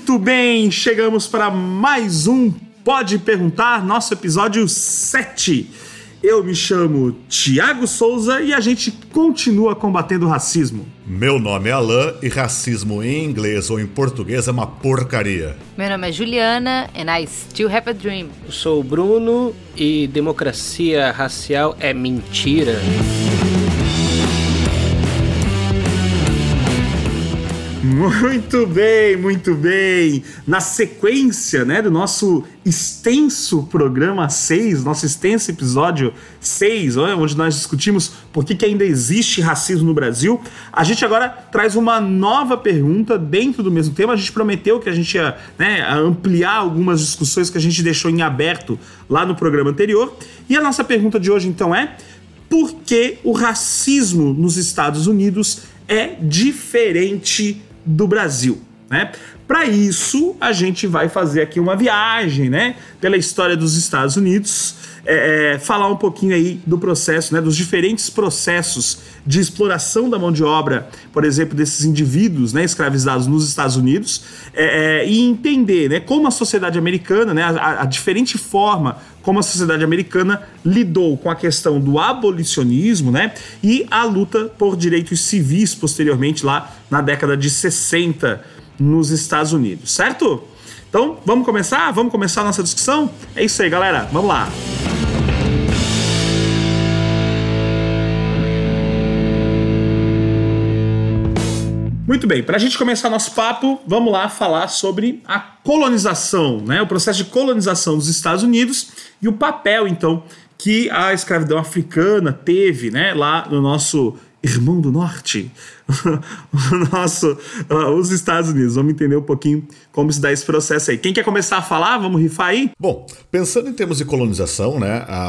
Muito bem, chegamos para mais um Pode Perguntar, nosso episódio 7. Eu me chamo Thiago Souza e a gente continua combatendo o racismo. Meu nome é Alan e racismo em inglês ou em português é uma porcaria. Meu nome é Juliana and I still have a dream. Eu sou o Bruno e democracia racial é mentira. Muito bem, muito bem. Na sequência, do nosso extenso programa 6, nosso extenso episódio 6, onde nós discutimos por que ainda existe racismo no Brasil, a gente agora traz uma nova pergunta dentro do mesmo tema. A gente prometeu que a gente ia ampliar algumas discussões que a gente deixou em aberto lá no programa anterior. E a nossa pergunta de hoje, então, é: por que o racismo nos Estados Unidos é diferente do Brasil, Para isso, a gente vai fazer aqui uma viagem, pela história dos Estados Unidos, falar um pouquinho aí do processo, dos diferentes processos de exploração da mão de obra, por exemplo, desses indivíduos, escravizados nos Estados Unidos, e entender, como a sociedade americana, a diferente forma como a sociedade americana lidou com a questão do abolicionismo, e a luta por direitos civis posteriormente lá na década de 60 nos Estados Unidos, certo? Então, vamos começar? Vamos começar a nossa discussão? É isso aí, galera. Vamos lá. Muito bem, para a gente começar nosso papo, vamos lá falar sobre a colonização, o processo de colonização dos Estados Unidos e o papel, então, que a escravidão africana teve, lá no nosso irmão do norte, os Estados Unidos. Vamos entender um pouquinho como se dá esse processo aí. Quem quer começar a falar? Vamos rifar aí? Bom, pensando em termos de colonização,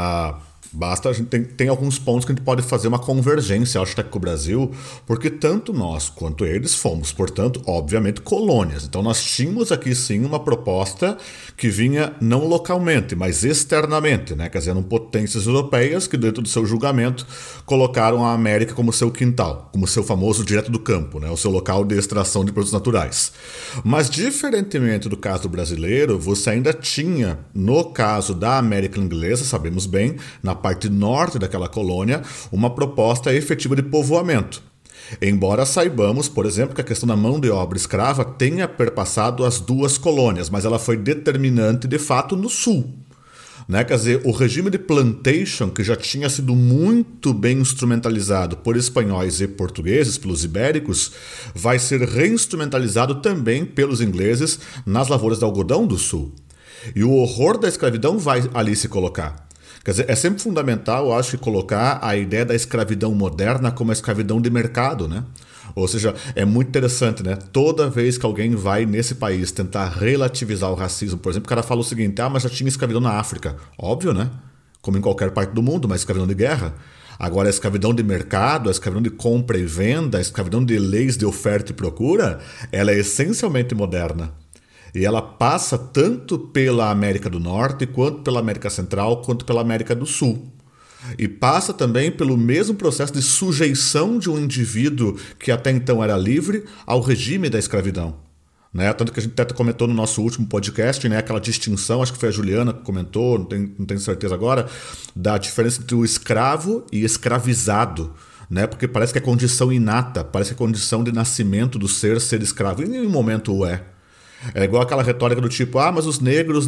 basta, a gente tem alguns pontos que a gente pode fazer uma convergência, acho, até com o Brasil, porque tanto nós quanto eles fomos, portanto, obviamente, colônias. Então nós tínhamos aqui sim uma proposta que vinha não localmente, mas externamente, quer dizer, eram potências europeias que dentro do seu julgamento colocaram a América como seu quintal, como seu famoso direto do campo, o seu local de extração de produtos naturais. Mas diferentemente do caso brasileiro, você ainda tinha, no caso da América Inglesa, sabemos bem, na parte norte daquela colônia, uma proposta efetiva de povoamento. Embora saibamos, por exemplo, que a questão da mão de obra escrava tenha perpassado as duas colônias, mas ela foi determinante de fato no sul. Quer dizer, o regime de plantation, que já tinha sido muito bem instrumentalizado por espanhóis e portugueses, pelos ibéricos, vai ser reinstrumentalizado também pelos ingleses nas lavouras de algodão do sul. E o horror da escravidão vai ali se colocar. Quer dizer, é sempre fundamental, eu acho, colocar a ideia da escravidão moderna como a escravidão de mercado, Ou seja, é muito interessante, Toda vez que alguém vai nesse país tentar relativizar o racismo, por exemplo, o cara fala o seguinte: mas já tinha escravidão na África. Óbvio, Como em qualquer parte do mundo, mas escravidão de guerra. Agora, a escravidão de mercado, a escravidão de compra e venda, a escravidão de leis de oferta e procura, ela é essencialmente moderna. E ela passa tanto pela América do Norte, quanto pela América Central, quanto pela América do Sul. E passa também pelo mesmo processo de sujeição de um indivíduo que até então era livre ao regime da escravidão. Tanto que a gente até comentou no nosso último podcast, aquela distinção, acho que foi a Juliana que comentou, não tenho certeza agora, da diferença entre o escravo e escravizado. Porque parece que é condição inata, parece que é condição de nascimento do ser escravo. E em nenhum momento o é. É igual aquela retórica do tipo: mas os negros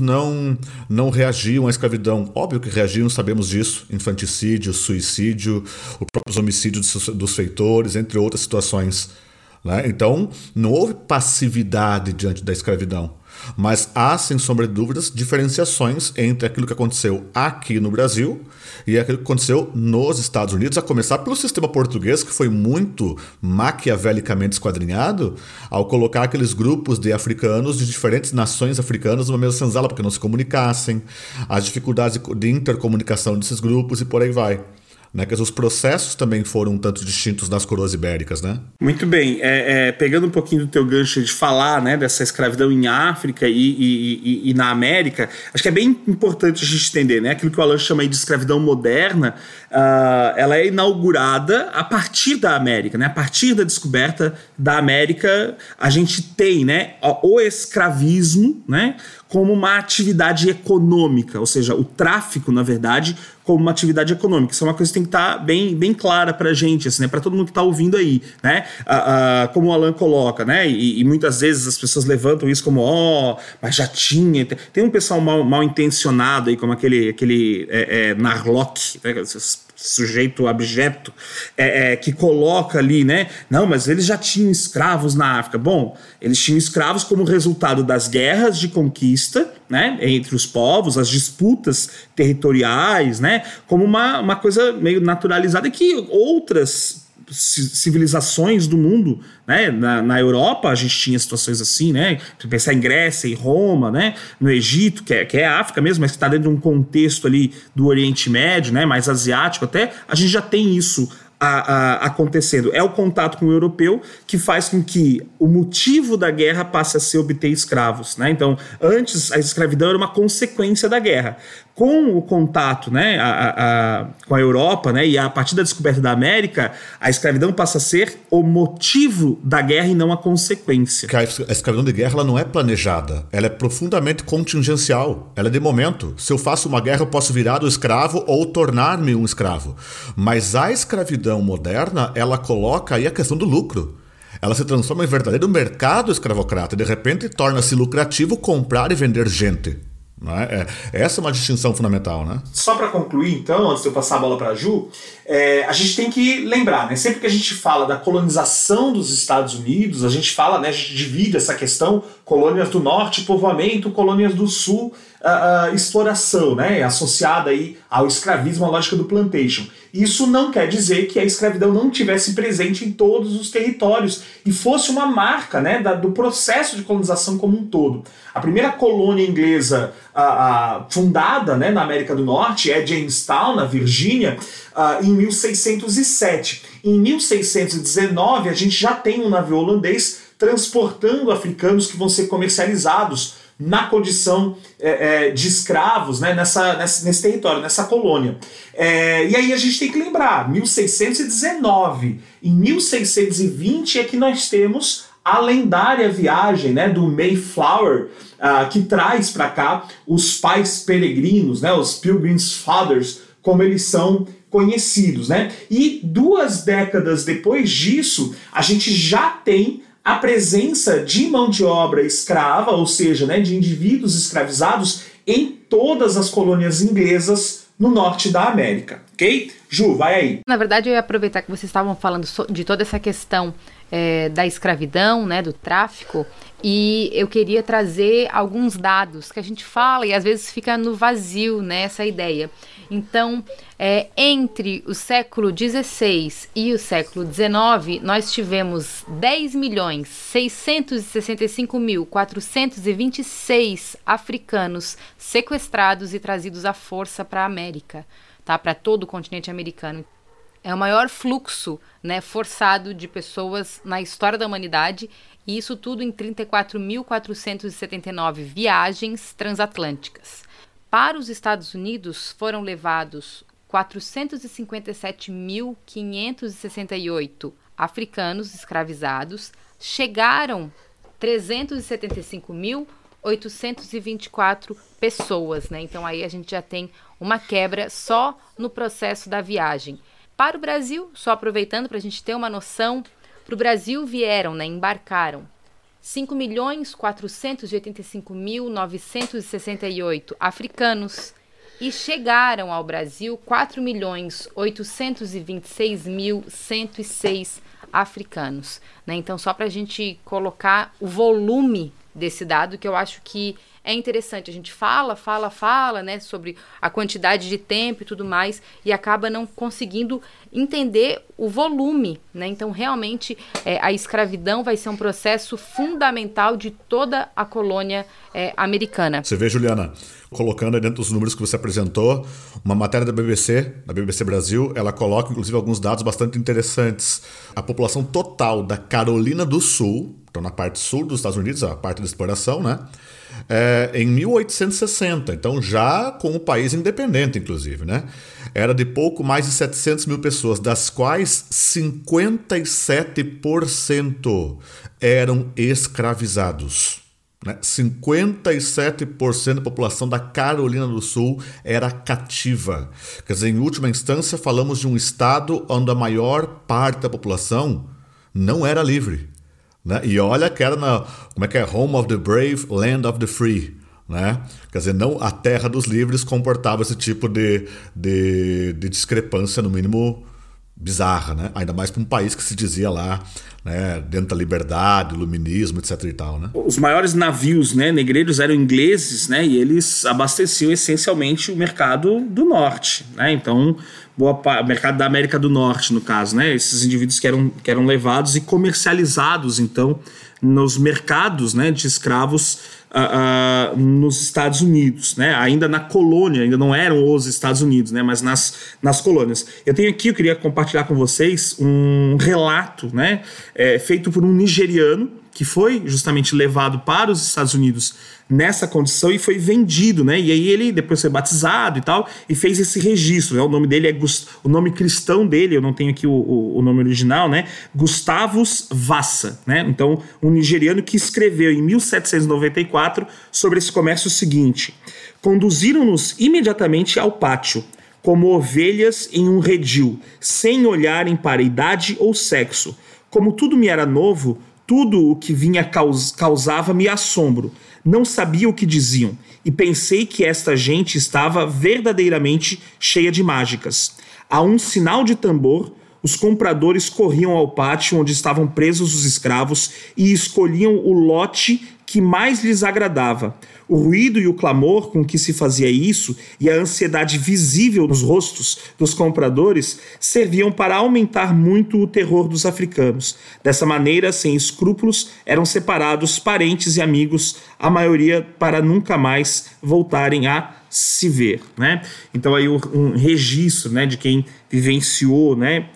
não reagiam à escravidão. Óbvio que reagiam, sabemos disso. Infanticídio, suicídio, os próprios homicídios dos feitores, entre outras situações. Então, não houve passividade diante da escravidão. Mas há, sem sombra de dúvidas, diferenciações entre aquilo que aconteceu aqui no Brasil e aquilo que aconteceu nos Estados Unidos, a começar pelo sistema português, que foi muito maquiavelicamente esquadrinhado ao colocar aqueles grupos de africanos de diferentes nações africanas numa mesma senzala, porque não se comunicassem, as dificuldades de intercomunicação desses grupos e por aí vai. né? Que os processos também foram um tanto distintos nas coroas ibéricas, né? Muito bem. Pegando um pouquinho do teu gancho de falar, né, dessa escravidão em África e na América, acho que é bem importante a gente entender, né? Aquilo que o Alan chama aí de escravidão moderna, ela é inaugurada a partir da América, né? A partir da descoberta da América, a gente tem, né, o escravismo, né, como uma atividade econômica, ou seja, o tráfico, na verdade, como uma atividade econômica. Isso é uma coisa que tem que estar bem, bem clara pra gente, assim, né? Para todo mundo que está ouvindo aí, né? Como o Alan coloca, né? E muitas vezes as pessoas levantam isso como, mas já tinha. Tem um pessoal mal intencionado aí, como aquele Narlock, né? Sujeito abjeto, que coloca ali, né? Não, mas eles já tinham escravos na África. Bom, eles tinham escravos como resultado das guerras de conquista, né? Entre os povos, as disputas territoriais, né? Como uma coisa meio naturalizada que outras civilizações do mundo, né? Na Europa a gente tinha situações assim, né? Pensar em Grécia e Roma, né? No Egito, que é a África mesmo, mas que está dentro de um contexto ali do Oriente Médio, né? Mais asiático até, a gente já tem isso acontecendo. É o contato com o europeu que faz com que o motivo da guerra passe a ser obter escravos, né? Então, antes a escravidão era uma consequência da guerra. Com o contato, né, com a Europa, né, e a partir da descoberta da América, a escravidão passa a ser o motivo da guerra e não a consequência. Que a escravidão de guerra ela não é planejada, ela é profundamente contingencial, ela é de momento. Se eu faço uma guerra, eu posso virar do escravo ou tornar-me um escravo. Mas a escravidão moderna, ela coloca aí a questão do lucro. Ela se transforma em verdadeiro mercado escravocrata e de repente torna-se lucrativo comprar e vender gente. Essa é uma distinção fundamental, né? Só para concluir, então, antes de eu passar a bola para a Ju, a gente tem que lembrar, né? Sempre que a gente fala da colonização dos Estados Unidos, a gente fala, né? A gente divide essa questão, colônias do norte, povoamento, colônias do sul, exploração, né? Associada aí ao escravismo, à lógica do plantation. Isso não quer dizer que a escravidão não tivesse presente em todos os territórios e fosse uma marca, né, do processo de colonização como um todo. A primeira colônia inglesa fundada, né, na América do Norte é Jamestown, na Virgínia, em 1607. Em 1619, a gente já tem um navio holandês transportando africanos que vão ser comercializados na condição de escravos, né, nesse território, nessa colônia. E aí a gente tem que lembrar, 1619, em 1620 é que nós temos a lendária viagem, né, do Mayflower, que traz para cá os pais peregrinos, né, os Pilgrim's Fathers, como eles são conhecidos, né? E 2 décadas depois disso, a gente já tem a presença de mão de obra escrava, ou seja, né, de indivíduos escravizados em todas as colônias inglesas no norte da América, ok? Ju, vai aí. Na verdade, eu ia aproveitar que vocês estavam falando de toda essa questão da escravidão, né, do tráfico, e eu queria trazer alguns dados que a gente fala e às vezes fica no vazio, né, essa ideia. Então, entre o século XVI e o século XIX, nós tivemos 10.665.426 africanos sequestrados e trazidos à força para a América, tá? Para todo o continente americano. É o maior fluxo, né, forçado de pessoas na história da humanidade, e isso tudo em 34.479 viagens transatlânticas. Para os Estados Unidos foram levados 457.568 africanos escravizados, chegaram 375.824 pessoas, né? Então aí a gente já tem uma quebra só no processo da viagem. Para o Brasil, só aproveitando para a gente ter uma noção, para o Brasil vieram, né, embarcaram 5.485.968 africanos e chegaram ao Brasil 4.826.106 africanos, né? Então, só para a gente colocar o volume desse dado, que eu acho que é interessante. A gente fala, né, sobre a quantidade de tempo e tudo mais, e acaba não conseguindo entender o volume, né? Então, realmente, a escravidão vai ser um processo fundamental de toda a colônia americana. Você vê, Juliana, colocando aí dentro dos números que você apresentou, uma matéria da BBC Brasil, ela coloca, inclusive, alguns dados bastante interessantes. A população total da Carolina do Sul, então na parte sul dos Estados Unidos, a parte da exploração, né? Em 1860, então já com o país independente, inclusive, né? Era de pouco mais de 700 mil pessoas, das quais 57% eram escravizados. 57% da população da Carolina do Sul era cativa. Quer dizer, em última instância, falamos de um estado onde a maior parte da população não era livre. E olha que era Home of the Brave, Land of the Free. Quer dizer, não, a terra dos livres comportava esse tipo de discrepância, no mínimo bizarra, ainda mais para um país que se dizia lá, dentro da liberdade, iluminismo, etc. e tal, Os maiores navios, negreiros eram ingleses, e eles abasteciam essencialmente o mercado do norte, então o mercado da América do Norte, no caso, esses indivíduos que eram levados e comercializados, então, nos mercados, de escravos nos Estados Unidos, ainda na colônia, ainda não eram os Estados Unidos, mas nas colônias. Eu queria compartilhar com vocês um relato, feito por um nigeriano que foi justamente levado para os Estados Unidos nessa condição e foi vendido, e aí ele depois foi batizado e tal, e fez esse registro, o nome dele o nome cristão dele, eu não tenho aqui o nome original, Gustavus Vassa, então um nigeriano que escreveu em 1794 sobre esse comércio o seguinte: conduziram-nos imediatamente ao pátio, como ovelhas em um redil, sem olharem para idade ou sexo. Como tudo me era novo, tudo o que vinha causava-me assombro. Não sabia o que diziam, e pensei que esta gente estava verdadeiramente cheia de mágicas. A um sinal de tambor, os compradores corriam ao pátio onde estavam presos os escravos e escolhiam o lote que mais lhes agradava. O ruído e o clamor com que se fazia isso e a ansiedade visível nos rostos dos compradores serviam para aumentar muito o terror dos africanos. Dessa maneira, sem escrúpulos, eram separados parentes e amigos, a maioria para nunca mais voltarem a se ver. Então aí um registro de quem vivenciou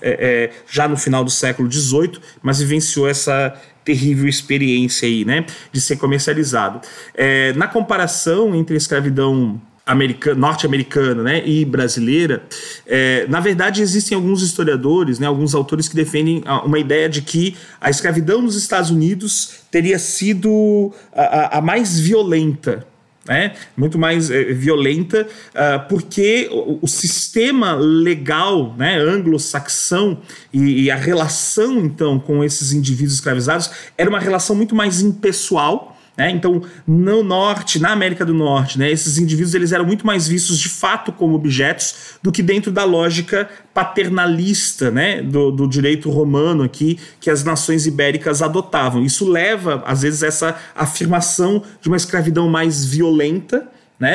já no final do século XVIII, mas vivenciou essa terrível experiência aí, de ser comercializado. Na comparação entre a escravidão norte-americana e brasileira, na verdade existem alguns historiadores, alguns autores que defendem uma ideia de que a escravidão nos Estados Unidos teria sido a mais violenta, muito mais violenta, porque o sistema legal anglo-saxão e a relação então com esses indivíduos escravizados era uma relação muito mais impessoal. Então, no norte, na América do Norte, esses indivíduos eles eram muito mais vistos de fato como objetos do que dentro da lógica paternalista do direito romano aqui, que as nações ibéricas adotavam. Isso leva, às vezes, a essa afirmação de uma escravidão mais violenta,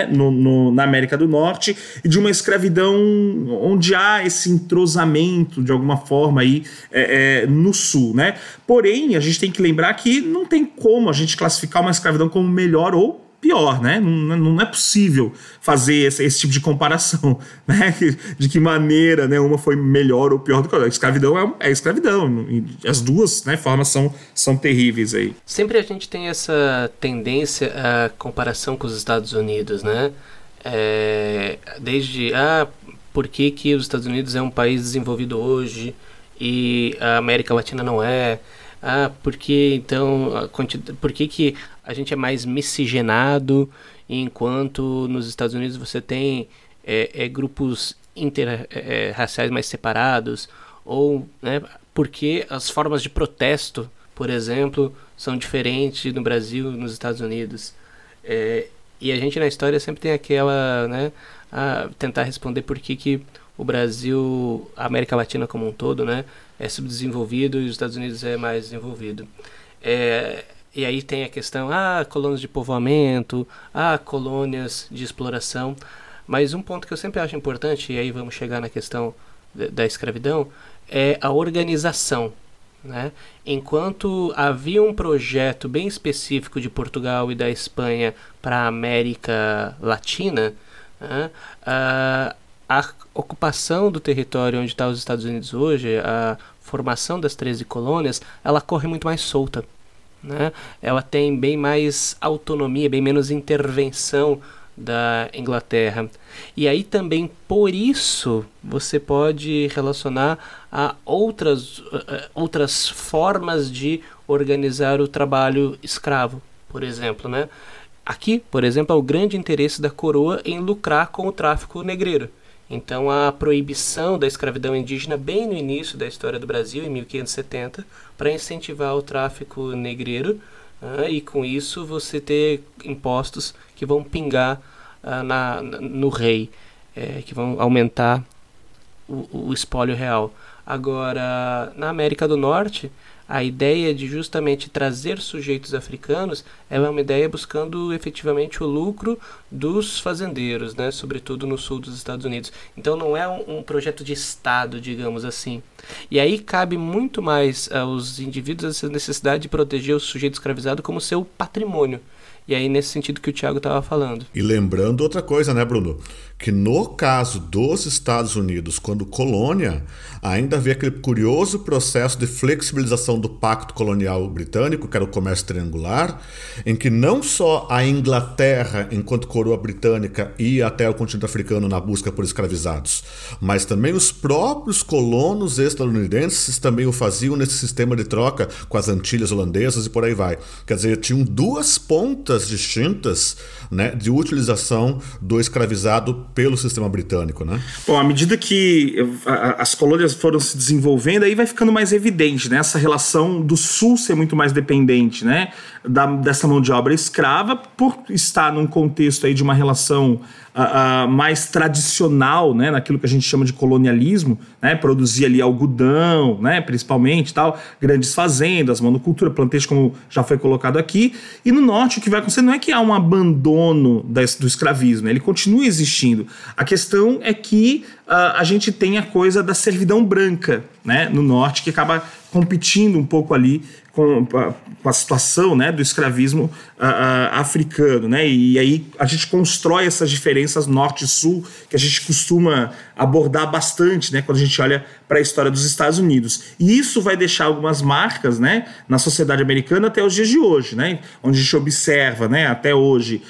na América do Norte, e de uma escravidão onde há esse entrosamento de alguma forma aí, no Sul. Porém, a gente tem que lembrar que não tem como a gente classificar uma escravidão como melhor ou pior, não é possível fazer esse tipo de comparação, de que maneira uma foi melhor ou pior do que a outra. A escravidão é escravidão, e as duas formas são terríveis aí. Sempre a gente tem essa tendência à comparação com os Estados Unidos, desde por que os Estados Unidos é um país desenvolvido hoje e a América Latina não é? Por que a gente é mais miscigenado, enquanto nos Estados Unidos você tem grupos interraciais mais separados? Ou por que as formas de protesto, por exemplo, são diferentes no Brasil e nos Estados Unidos? E a gente na história sempre tem aquela, tentar responder por que o Brasil, a América Latina como um todo, é subdesenvolvido e os Estados Unidos é mais desenvolvido. E aí tem a questão, colônias de povoamento, colônias de exploração. Mas um ponto que eu sempre acho importante, e aí vamos chegar na questão da escravidão, é a organização, né? Enquanto havia um projeto bem específico de Portugal e da Espanha para a América Latina, né, a ocupação do território onde está os Estados Unidos hoje, a formação das 13 colônias, ela corre muito mais solta, né? Ela tem bem mais autonomia, bem menos intervenção da Inglaterra. E aí também, por isso, você pode relacionar a outras formas de organizar o trabalho escravo, por exemplo, né? Aqui, por exemplo, há o grande interesse da coroa em lucrar com o tráfico negreiro. Então, a proibição da escravidão indígena bem no início da história do Brasil, em 1570, para incentivar o tráfico negreiro, e com isso você ter impostos que vão pingar no rei, que vão aumentar o espólio real. Agora, na América do Norte, a ideia de justamente trazer sujeitos africanos é uma ideia buscando efetivamente o lucro dos fazendeiros, né? Sobretudo no sul dos Estados Unidos. Então não é um projeto de Estado, digamos assim. E aí cabe muito mais aos indivíduos essa necessidade de proteger o sujeito escravizado como seu patrimônio. E aí nesse sentido que o Thiago estava falando. E lembrando outra coisa, né, Bruno? Que no caso dos Estados Unidos, quando colônia, ainda havia aquele curioso processo de flexibilização do Pacto Colonial Britânico, que era o comércio triangular, em que não só a Inglaterra, enquanto coroa britânica, ia até o continente africano na busca por escravizados, mas também os próprios colonos estadunidenses também o faziam nesse sistema de troca com as Antilhas holandesas e por aí vai. Quer dizer, tinham duas pontas distintas, né, de utilização do escravizado pelo sistema britânico, né? Bom, à medida que as colônias foram se desenvolvendo, aí vai ficando mais evidente, né? Essa relação do sul ser muito mais dependente, né? Dessa mão de obra escrava, por estar num contexto aí de uma relação mais tradicional, né? Naquilo que a gente chama de colonialismo, né? Produzir ali algodão, né? Principalmente, tal, grandes fazendas, monocultura, plantation, como já foi colocado aqui. E no norte o que vai acontecer não é que há um abandono do escravismo, né? Ele continua existindo. A questão é que a gente tem a coisa da servidão branca, né? No norte, que acaba competindo um pouco ali com a situação, né, do escravismo africano, né? E aí a gente constrói essas diferenças norte e sul que a gente costuma abordar bastante, né, quando a gente olha para a história dos Estados Unidos. E isso vai deixar algumas marcas, né, na sociedade americana até os dias de hoje, né, onde a gente observa, né, até hoje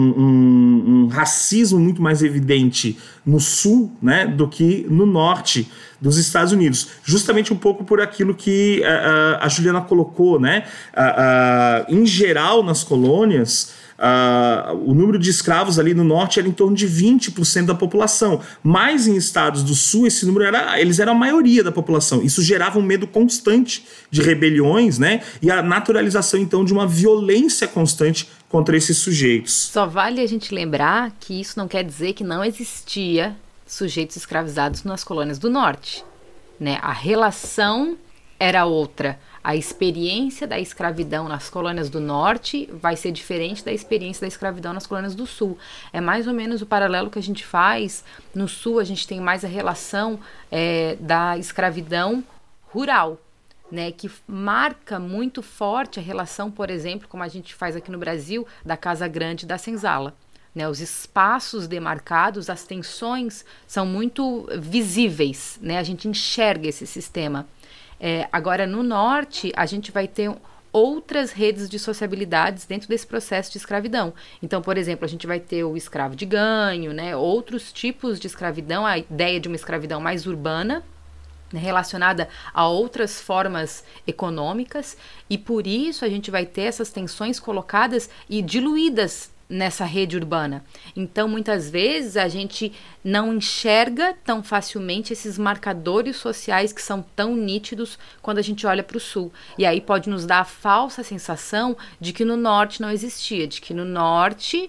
um racismo muito mais evidente no sul, né, do que no norte dos Estados Unidos, justamente um pouco por aquilo que a Juliana colocou, né? Em geral, nas colônias, o número de escravos ali no norte era em torno de 20% da população, mas em estados do sul esse número eles eram a maioria da população. Isso gerava um medo constante de rebeliões, né? E a naturalização então de uma violência constante contra esses sujeitos. Só vale a gente lembrar que isso não quer dizer que não existia sujeitos escravizados nas colônias do norte, né? A relação era outra. A experiência da escravidão nas colônias do norte vai ser diferente da experiência da escravidão nas colônias do sul. É mais ou menos o paralelo que a gente faz. No sul a gente tem mais a relação da escravidão rural, né, que marca muito forte a relação, por exemplo, como a gente faz aqui no Brasil, da Casa Grande e da Senzala. Né, os espaços demarcados, as tensões são muito visíveis, né, a gente enxerga esse sistema. Agora, no norte, a gente vai ter outras redes de sociabilidades dentro desse processo de escravidão. Então, por exemplo, a gente vai ter o escravo de ganho, né, outros tipos de escravidão, a ideia de uma escravidão mais urbana, né, relacionada a outras formas econômicas, e por isso a gente vai ter essas tensões colocadas e diluídas nessa rede urbana. Então, muitas vezes, a gente não enxerga tão facilmente esses marcadores sociais que são tão nítidos quando a gente olha para o sul. E aí pode nos dar a falsa sensação de que no norte não existia, de que no norte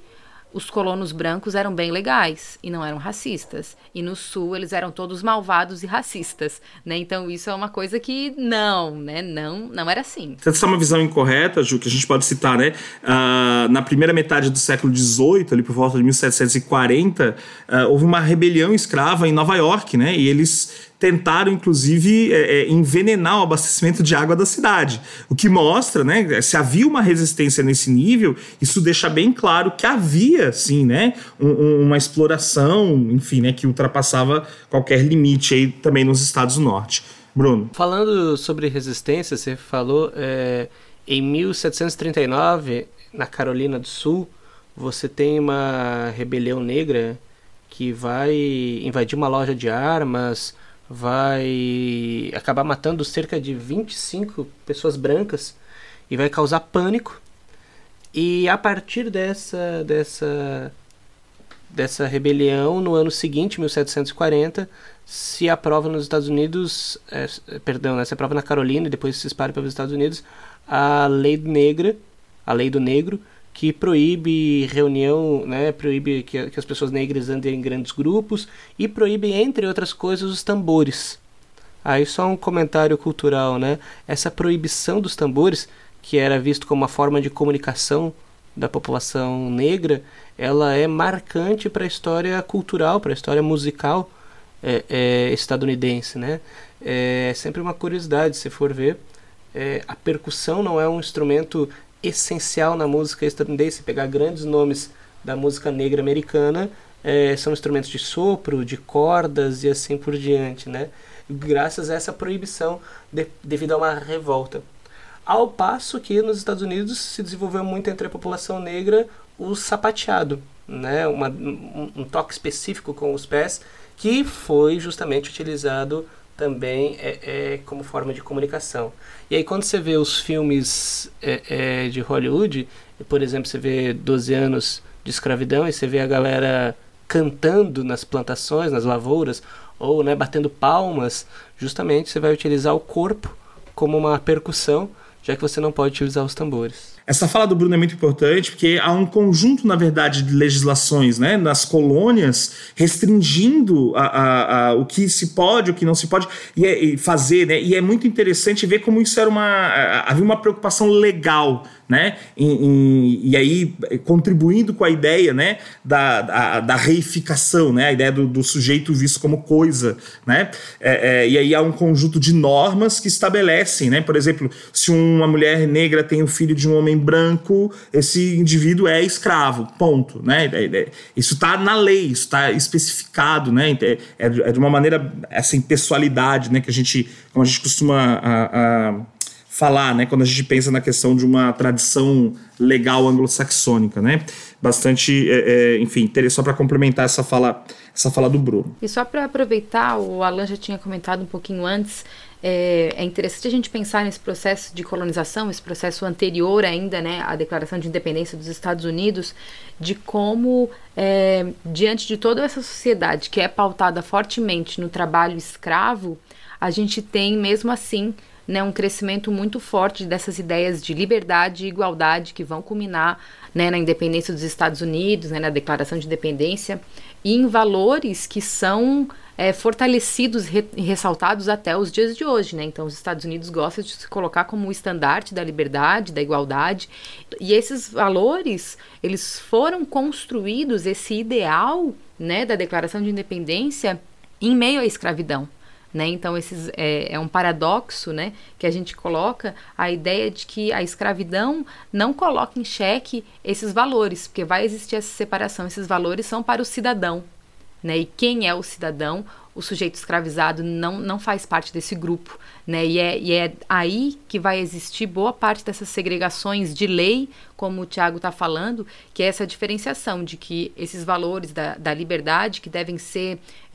os colonos brancos eram bem legais e não eram racistas. E no Sul eles eram todos malvados e racistas, né? Então isso é uma coisa que não era assim. Essa é uma visão incorreta, Ju, que a gente pode citar, né? Na primeira metade do século XVIII, ali por volta de 1740, houve uma rebelião escrava em Nova York, né? E eles tentaram, inclusive, envenenar o abastecimento de água da cidade. O que mostra, né, se havia uma resistência nesse nível, isso deixa bem claro que havia, sim, né, uma exploração, enfim, né, que ultrapassava qualquer limite aí também nos Estados do Norte. Bruno? Falando sobre resistência, você falou, em 1739, na Carolina do Sul, você tem uma rebelião negra que vai invadir uma loja de armas, vai acabar matando cerca de 25 pessoas brancas e vai causar pânico. E a partir dessa rebelião, no ano seguinte, 1740, se aprova nos Estados Unidos, se aprova na Carolina e depois se espalha pelos Estados Unidos, a lei do negro, que proíbe reunião, né, proíbe que as pessoas negras andem em grandes grupos e proíbe, entre outras coisas, os tambores. Aí só um comentário cultural, né? Essa proibição dos tambores, que era visto como uma forma de comunicação da população negra, ela é marcante para a história cultural, para a história musical estadunidense, né? É sempre uma curiosidade, se for ver. A percussão não é um instrumento essencial na música estadunidense. Pegar grandes nomes da música negra americana, são instrumentos de sopro, de cordas e assim por diante, né? Graças a essa proibição devido a uma revolta. Ao passo que nos Estados Unidos se desenvolveu muito entre a população negra o sapateado, né? Um toque específico com os pés que foi justamente utilizado também como forma de comunicação. E aí quando você vê os filmes de Hollywood, por exemplo, você vê 12 anos de escravidão e você vê a galera cantando nas plantações, nas lavouras, ou, né, batendo palmas, justamente você vai utilizar o corpo como uma percussão, já que você não pode utilizar os tambores. Essa fala do Bruno é muito importante porque há um conjunto, na verdade, de legislações, né, nas colônias restringindo o que se pode, o que não se pode e fazer, né, e é muito interessante ver como isso era havia uma preocupação legal, né, e aí contribuindo com a ideia, né, da reificação, né, a ideia do sujeito visto como coisa, né, e aí há um conjunto de normas que estabelecem, né, por exemplo, se uma mulher negra tem o filho de um homem branco, esse indivíduo é escravo, ponto, né? Isso está na lei, isso está especificado, né? De uma maneira, essa impessoalidade, né? Como a gente costuma falar, né? Quando a gente pensa na questão de uma tradição legal anglo-saxônica, né? Bastante, enfim, só para complementar essa fala do Bruno. E só para aproveitar, o Alan já tinha comentado um pouquinho antes, é interessante a gente pensar nesse processo de colonização, esse processo anterior ainda, né, à Declaração de Independência dos Estados Unidos, de como, diante de toda essa sociedade que é pautada fortemente no trabalho escravo, a gente tem, mesmo assim, né, um crescimento muito forte dessas ideias de liberdade e igualdade que vão culminar, né, na independência dos Estados Unidos, né, na Declaração de Independência, e em valores que são fortalecidos e ressaltados até os dias de hoje, né? Então, os Estados Unidos gostam de se colocar como o estandarte da liberdade, da igualdade, e esses valores, eles foram construídos, esse ideal, né, da Declaração de Independência, em meio à escravidão. Né? Então, é um paradoxo, né, que a gente coloca a ideia de que a escravidão não coloca em xeque esses valores, porque vai existir essa separação, esses valores são para o cidadão, né? E quem é o cidadão? O sujeito escravizado não faz parte desse grupo, né? E é aí que vai existir boa parte dessas segregações de lei, como o Tiago está falando, que é essa diferenciação de que esses valores da liberdade que devem ser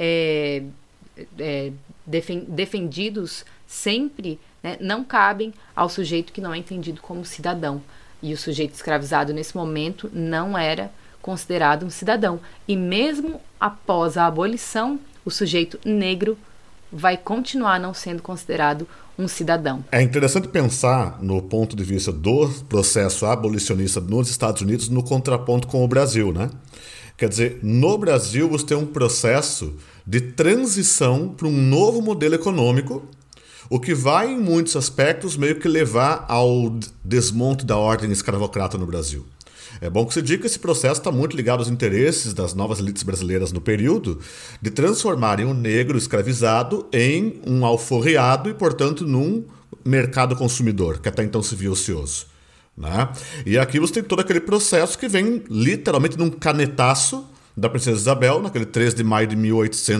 defendidos sempre, né, não cabem ao sujeito que não é entendido como cidadão. E o sujeito escravizado nesse momento não era considerado um cidadão. E mesmo após a abolição, o sujeito negro vai continuar não sendo considerado um cidadão. É interessante pensar no ponto de vista do processo abolicionista nos Estados Unidos no contraponto com o Brasil, né? Quer dizer, no Brasil você tem um processo de transição para um novo modelo econômico, o que vai, em muitos aspectos, meio que levar ao desmonte da ordem escravocrata no Brasil. É bom que se diga que esse processo está muito ligado aos interesses das novas elites brasileiras no período de transformarem o negro escravizado em um alforriado e, portanto, num mercado consumidor, que até então se via ocioso. Né? E aqui você tem todo aquele processo que vem literalmente num canetaço da Princesa Isabel, naquele 3 de maio de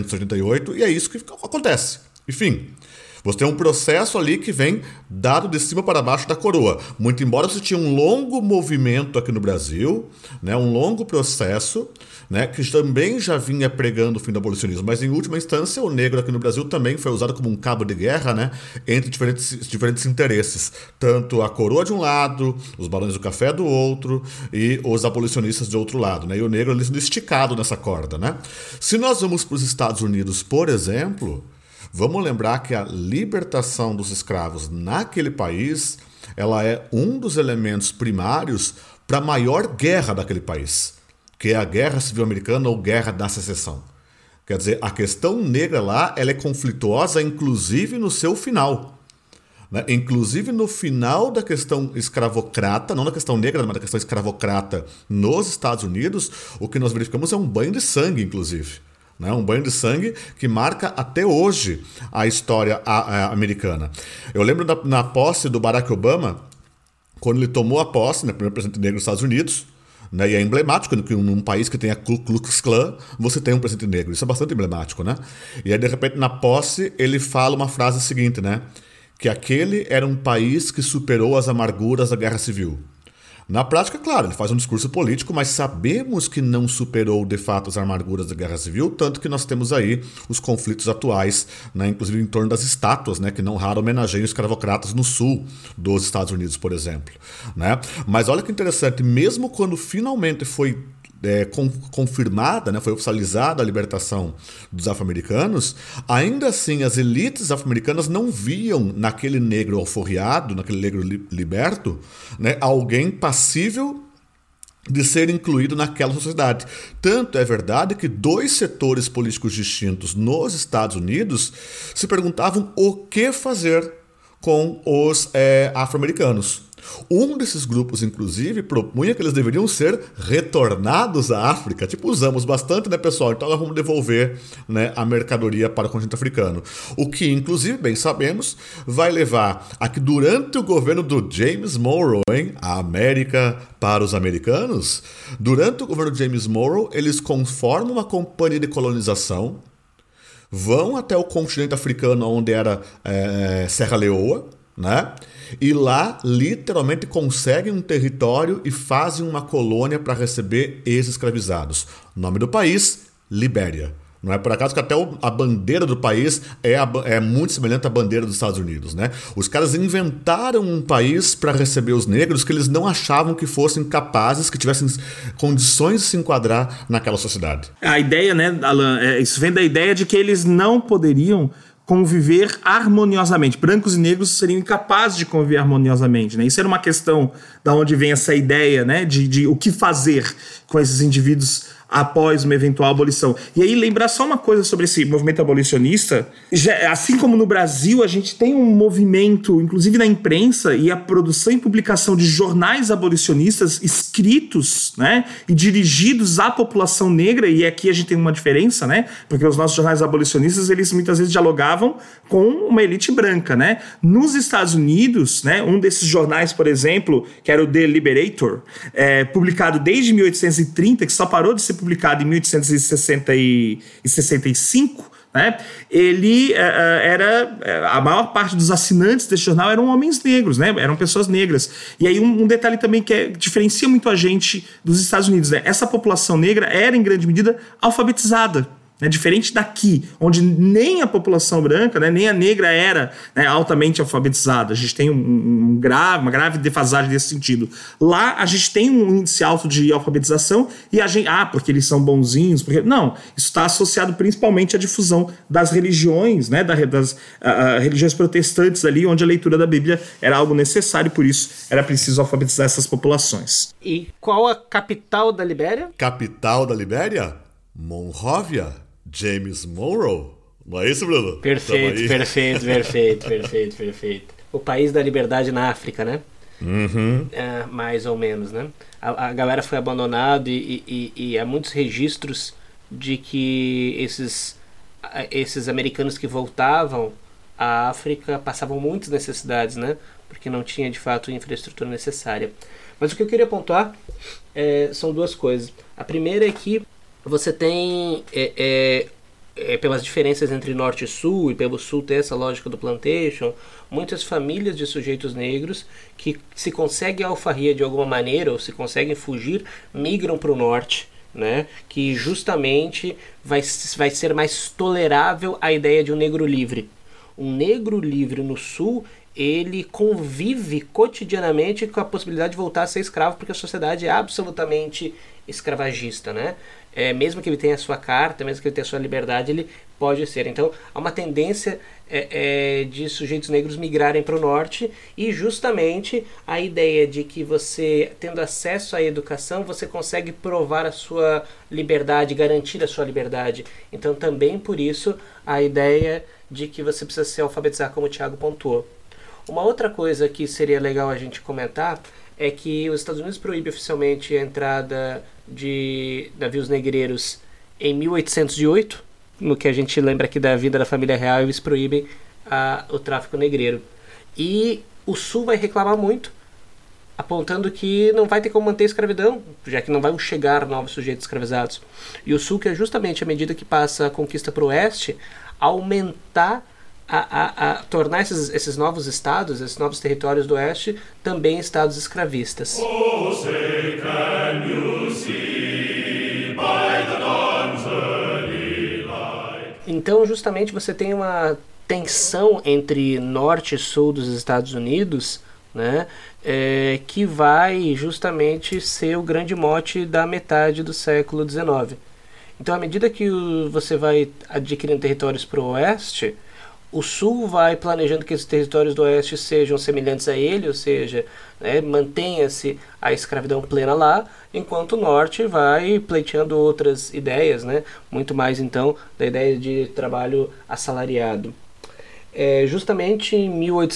1888, e é isso que acontece. Enfim, você tem um processo ali que vem dado de cima para baixo da coroa. Muito embora você tinha um longo movimento aqui no Brasil, né, um longo processo, né, que também já vinha pregando o fim do abolicionismo. Mas, em última instância, o negro aqui no Brasil também foi usado como um cabo de guerra, né, entre diferentes interesses. Tanto a coroa de um lado, os barões do café do outro e os abolicionistas de outro lado. Né, e o negro ali sendo esticado nessa corda. Né. Se nós vamos para os Estados Unidos, por exemplo, vamos lembrar que a libertação dos escravos naquele país, ela é um dos elementos primários para a maior guerra daquele país, que é a Guerra Civil Americana ou Guerra da Secessão. Quer dizer, a questão negra lá, ela é conflituosa, inclusive no seu final. Né? Inclusive no final da questão escravocrata, não da questão negra, mas da questão escravocrata nos Estados Unidos, o que nós verificamos é um banho de sangue, inclusive. Né? Um banho de sangue que marca até hoje a história americana. Eu lembro na posse do Barack Obama, quando ele tomou a posse, né, primeiro presidente negro dos Estados Unidos, né, e é emblemático que num país que tem a Ku Klux Klan, você tem um presidente negro. Isso é bastante emblemático, né? E aí, de repente, na posse, ele fala uma frase seguinte, né? Que aquele era um país que superou as amarguras da Guerra Civil. Na prática, claro, ele faz um discurso político, mas sabemos que não superou de fato as amarguras da Guerra Civil, tanto que nós temos aí os conflitos atuais, né, inclusive em torno das estátuas, né, que não raro homenageiam os escravocratas no sul dos Estados Unidos, por exemplo. Né? Mas olha que interessante, mesmo quando finalmente foi confirmada, né, foi oficializada a libertação dos afro-americanos, ainda assim as elites afro-americanas não viam naquele negro alforriado, naquele negro liberto, né, alguém passível de ser incluído naquela sociedade. Tanto é verdade que dois setores políticos distintos nos Estados Unidos se perguntavam o que fazer com os afro-americanos. Um desses grupos, inclusive, propunha que eles deveriam ser retornados à África. Tipo, usamos bastante, né, pessoal? Então nós vamos devolver, né, a mercadoria para o continente africano. O que, inclusive, bem sabemos, vai levar a que durante o governo do James Monroe, a América para os americanos, durante o governo de James Monroe, eles conformam uma companhia de colonização, vão até o continente africano, onde era Serra Leoa, né? E lá, literalmente, conseguem um território e fazem uma colônia para receber ex-escravizados. O nome do país, Libéria. Não é por acaso que até a bandeira do país é muito semelhante à bandeira dos Estados Unidos. Né? Os caras inventaram um país para receber os negros que eles não achavam que fossem capazes, que tivessem condições de se enquadrar naquela sociedade. A ideia, né, Alan, isso vem da ideia de que eles não poderiam conviver harmoniosamente. Brancos e negros seriam incapazes de conviver harmoniosamente. Né? Isso era uma questão da onde vem essa ideia, né, de o que fazer com esses indivíduos após uma eventual abolição. E aí lembrar só uma coisa sobre esse movimento abolicionista, assim como no Brasil a gente tem um movimento, inclusive na imprensa, e a produção e publicação de jornais abolicionistas escritos, né, e dirigidos à população negra, e aqui a gente tem uma diferença, né, porque os nossos jornais abolicionistas, eles muitas vezes dialogavam com uma elite branca, né. Nos Estados Unidos, né, um desses jornais, por exemplo, que era o The Liberator, publicado desde 1830, que só parou de ser publicado em 1865, né? Ele a maior parte dos assinantes desse jornal eram homens negros, né? Eram pessoas negras. E aí um detalhe também que diferencia muito a gente dos Estados Unidos, né? Essa população negra era em grande medida alfabetizada. né? Diferente daqui, onde nem a população branca, né, nem a negra era, né, altamente alfabetizada. A gente tem uma grave defasagem nesse sentido. Lá a gente tem um índice alto de alfabetização e a gente... porque eles são bonzinhos. Não, isso está associado principalmente à difusão das religiões, né, das religiões protestantes ali, onde a leitura da Bíblia era algo necessário, por isso era preciso alfabetizar essas populações. E qual a capital da Libéria? Capital da Libéria? Monróvia. James Monroe. Não é isso, Bruno? Perfeito. O país da liberdade na África, né? Uhum. Mais ou menos, né? A galera foi abandonada e há muitos registros de que esses americanos que voltavam à África passavam muitas necessidades, né? Porque não tinha, de fato, a infraestrutura necessária. Mas o que eu queria pontuar são duas coisas. A primeira é que você tem, pelas diferenças entre norte e sul, e pelo sul ter essa lógica do plantation, muitas famílias de sujeitos negros que se conseguem a alfarria de alguma maneira, ou se conseguem fugir, migram para o norte, né? Que justamente vai ser mais tolerável a ideia de um negro livre. Um negro livre no sul, ele convive cotidianamente com a possibilidade de voltar a ser escravo, porque a sociedade é absolutamente escravagista, né? Mesmo que ele tenha a sua carta, mesmo que ele tenha a sua liberdade, ele pode ser. Então, há uma tendência de sujeitos negros migrarem para o norte, e justamente a ideia de que você, tendo acesso à educação, você consegue provar a sua liberdade, garantir a sua liberdade. Então, também por isso, a ideia de que você precisa se alfabetizar, como o Thiago pontuou. Uma outra coisa que seria legal a gente comentar é que os Estados Unidos proíbe oficialmente a entrada de navios negreiros em 1808, no que a gente lembra aqui da vinda da família real, eles proíbem o tráfico negreiro. E o Sul vai reclamar muito, apontando que não vai ter como manter a escravidão, já que não vão chegar novos sujeitos escravizados. E o Sul quer justamente, à medida que passa a conquista para o Oeste, aumentar tornar esses novos estados, esses novos territórios do Oeste, também estados escravistas. Oh, say, can you see by the dawn's early light? Então, justamente, você tem uma tensão entre norte e sul dos Estados Unidos, né, que vai justamente ser o grande mote da metade do século XIX. Então, à medida que você vai adquirindo territórios para o Oeste, o Sul vai planejando que esses territórios do Oeste sejam semelhantes a ele, ou seja, né, mantenha-se a escravidão plena lá, enquanto o Norte vai pleiteando outras ideias, né, muito mais então da ideia de trabalho assalariado. É justamente em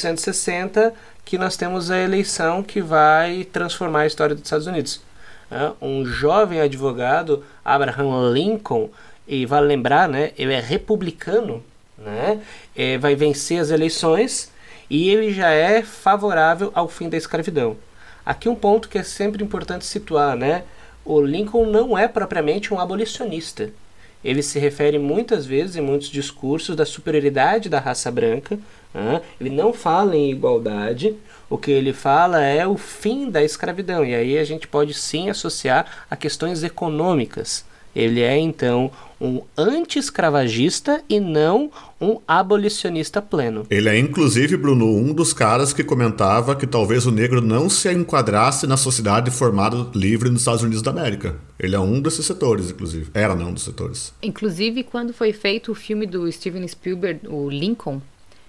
1860 que nós temos a eleição que vai transformar a história dos Estados Unidos. Um jovem advogado, Abraham Lincoln, e vale lembrar, né, ele é republicano, né? Vai vencer as eleições e ele já é favorável ao fim da escravidão. Aqui um ponto que é sempre importante situar, né? O Lincoln não é propriamente um abolicionista. Ele se refere muitas vezes em muitos discursos da superioridade da raça branca, né? Ele não fala em igualdade, o que ele fala é o fim da escravidão, e aí a gente pode sim associar a questões econômicas. Ele é, então, um anti-escravagista e não um abolicionista pleno. Ele é, inclusive, Bruno, um dos caras que comentava que talvez o negro não se enquadrasse na sociedade formada livre nos Estados Unidos da América. Ele é um desses setores, inclusive. Era, não, um dos setores. Inclusive, quando foi feito o filme do Steven Spielberg, o Lincoln,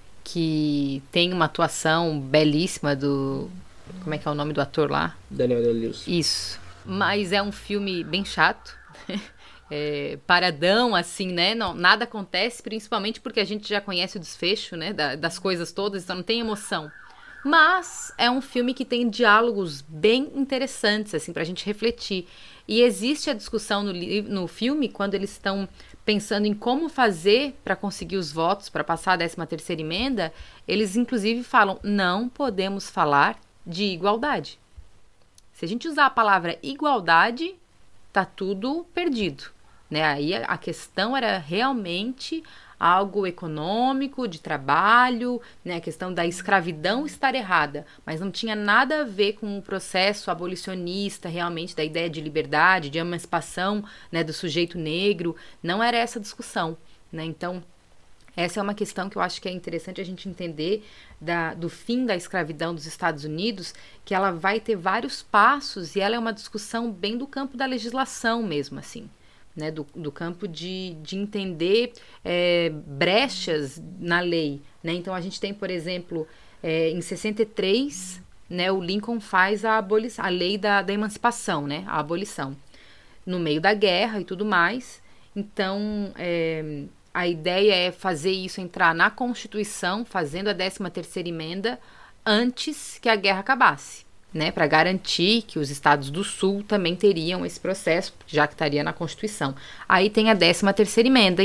que tem uma atuação belíssima do... Como é que é o nome do ator lá? Daniel Day-Lewis. Isso. Mas é um filme bem chato. Paradão, assim, né? Não, nada acontece, principalmente porque a gente já conhece o desfecho, né? Das coisas todas, então não tem emoção. Mas é um filme que tem diálogos bem interessantes, assim, pra gente refletir. E existe a discussão no filme, quando eles estão pensando em como fazer para conseguir os votos, para passar a 13ª emenda, eles inclusive falam, não podemos falar de igualdade. Se a gente usar a palavra igualdade, tá tudo perdido, né? Aí a questão era realmente algo econômico, de trabalho, né, a questão da escravidão estar errada, mas não tinha nada a ver com o processo abolicionista, realmente, da ideia de liberdade, de emancipação, né, do sujeito negro. Não era essa a discussão, né? Então, essa é uma questão que eu acho que é interessante a gente entender do fim da escravidão dos Estados Unidos, que ela vai ter vários passos e ela é uma discussão bem do campo da legislação mesmo, assim, né? Do campo de entender brechas na lei, né? Então a gente tem, por exemplo, em 63, né, o Lincoln faz a lei da emancipação, né, a abolição, no meio da guerra e tudo mais. Então, a ideia é fazer isso entrar na Constituição, fazendo a 13ª emenda antes que a guerra acabasse, né, para garantir que os estados do Sul também teriam esse processo, já que estaria na Constituição. Aí tem a 13ª emenda, em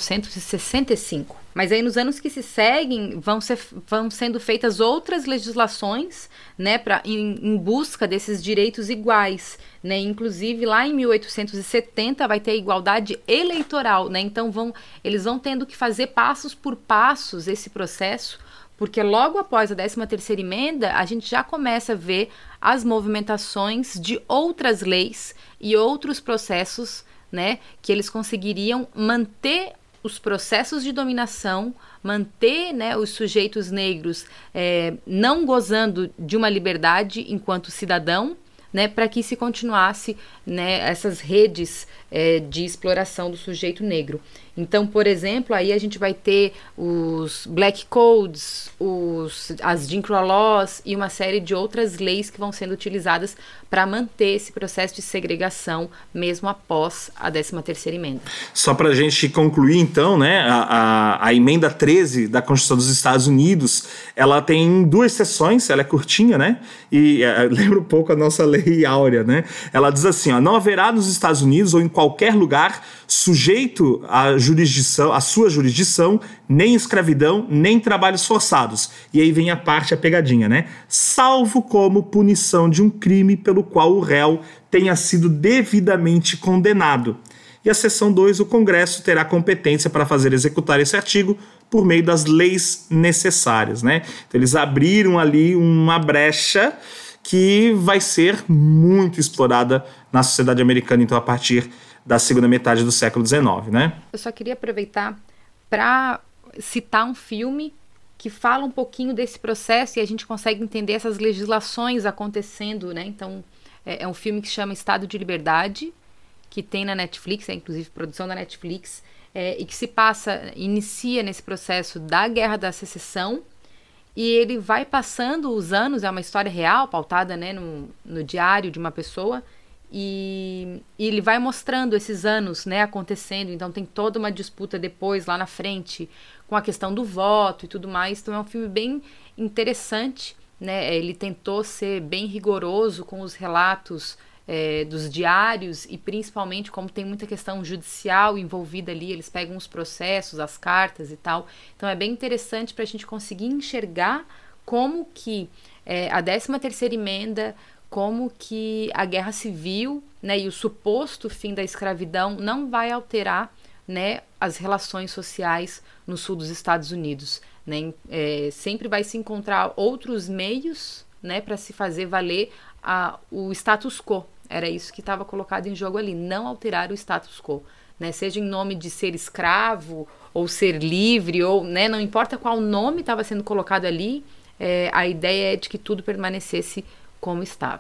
1865. Mas aí nos anos que se seguem vão sendo feitas outras legislações, né, em busca desses direitos iguais, né? Inclusive lá em 1870 vai ter a igualdade eleitoral, né? Então eles vão tendo que fazer passos por passos esse processo, porque logo após a 13ª emenda, a gente já começa a ver as movimentações de outras leis e outros processos, né, que eles conseguiriam manter os processos de dominação, manter, né, os sujeitos negros não gozando de uma liberdade enquanto cidadão, né, para que se continuasse, né, essas redes de exploração do sujeito negro. Então, por exemplo, aí a gente vai ter os Black Codes, as Jim Crow Laws e uma série de outras leis que vão sendo utilizadas para manter esse processo de segregação mesmo após a 13ª emenda. Só para a gente concluir, então, né, a emenda 13 da Constituição dos Estados Unidos, ela tem 2 seções, ela é curtinha, né, e lembra um pouco a nossa lei áurea, né, ela diz assim, ó, não haverá nos Estados Unidos ou em qualquer lugar sujeito à sua jurisdição, nem escravidão, nem trabalhos forçados. E aí vem a pegadinha, né? Salvo como punição de um crime pelo qual o réu tenha sido devidamente condenado. E a seção 2, o Congresso terá competência para fazer executar esse artigo por meio das leis necessárias, né? Então eles abriram ali uma brecha que vai ser muito explorada na sociedade americana, então, a partir da segunda metade do século XIX, né? Eu só queria aproveitar para citar um filme que fala um pouquinho desse processo e a gente consegue entender essas legislações acontecendo, né? Então, é um filme que chama Estado de Liberdade, que tem na Netflix, inclusive produção da Netflix, e que inicia nesse processo da Guerra da Secessão, e ele vai passando os anos, é uma história real, pautada, né, no diário de uma pessoa, e ele vai mostrando esses anos, né, acontecendo. Então tem toda uma disputa depois, lá na frente, com a questão do voto e tudo mais. Então é um filme bem interessante, né? Ele tentou ser bem rigoroso com os relatos dos diários, e principalmente como tem muita questão judicial envolvida ali, eles pegam os processos, as cartas e tal. Então é bem interessante para a gente conseguir enxergar como que a 13ª emenda, como que a guerra civil, né, e o suposto fim da escravidão não vai alterar, né, as relações sociais no sul dos Estados Unidos, né? Sempre vai se encontrar outros meios, né, para se fazer valer o status quo. Era isso que estava colocado em jogo ali, não alterar o status quo, né? Seja em nome de ser escravo ou ser livre, ou, né, não importa qual nome estava sendo colocado ali, a ideia é de que tudo permanecesse como estava.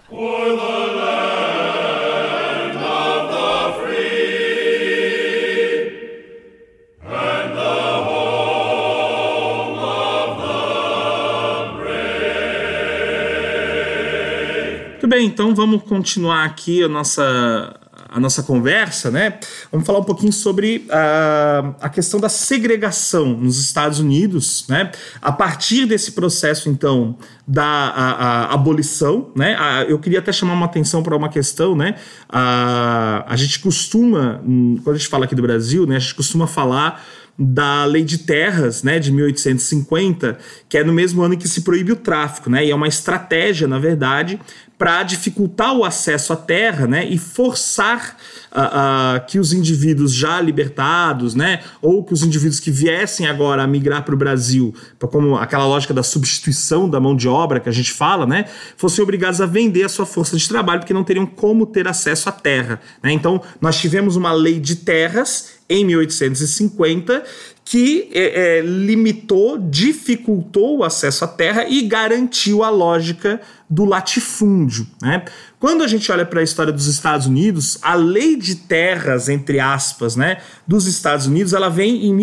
Muito bem, então vamos continuar aqui a nossa conversa, né? Vamos falar um pouquinho sobre a questão da segregação nos Estados Unidos, né? A partir desse processo, então, da abolição, né? Eu queria até chamar uma atenção para uma questão, né? A gente costuma, quando a gente fala aqui do Brasil, né? A gente costuma falar da Lei de Terras, né, de 1850, que é no mesmo ano em que se proíbe o tráfico, né, e é uma estratégia, na verdade, para dificultar o acesso à terra, né, e forçar que os indivíduos já libertados, né, ou que os indivíduos que viessem agora a migrar para o Brasil, como aquela lógica da substituição da mão de obra que a gente fala, né, fossem obrigados a vender a sua força de trabalho porque não teriam como ter acesso à terra, né? Então, nós tivemos uma lei de terras em 1850 que limitou, dificultou o acesso à terra e garantiu a lógica do latifúndio, né? Quando a gente olha para a história dos Estados Unidos, a lei de terras, entre aspas, né, dos Estados Unidos, ela vem em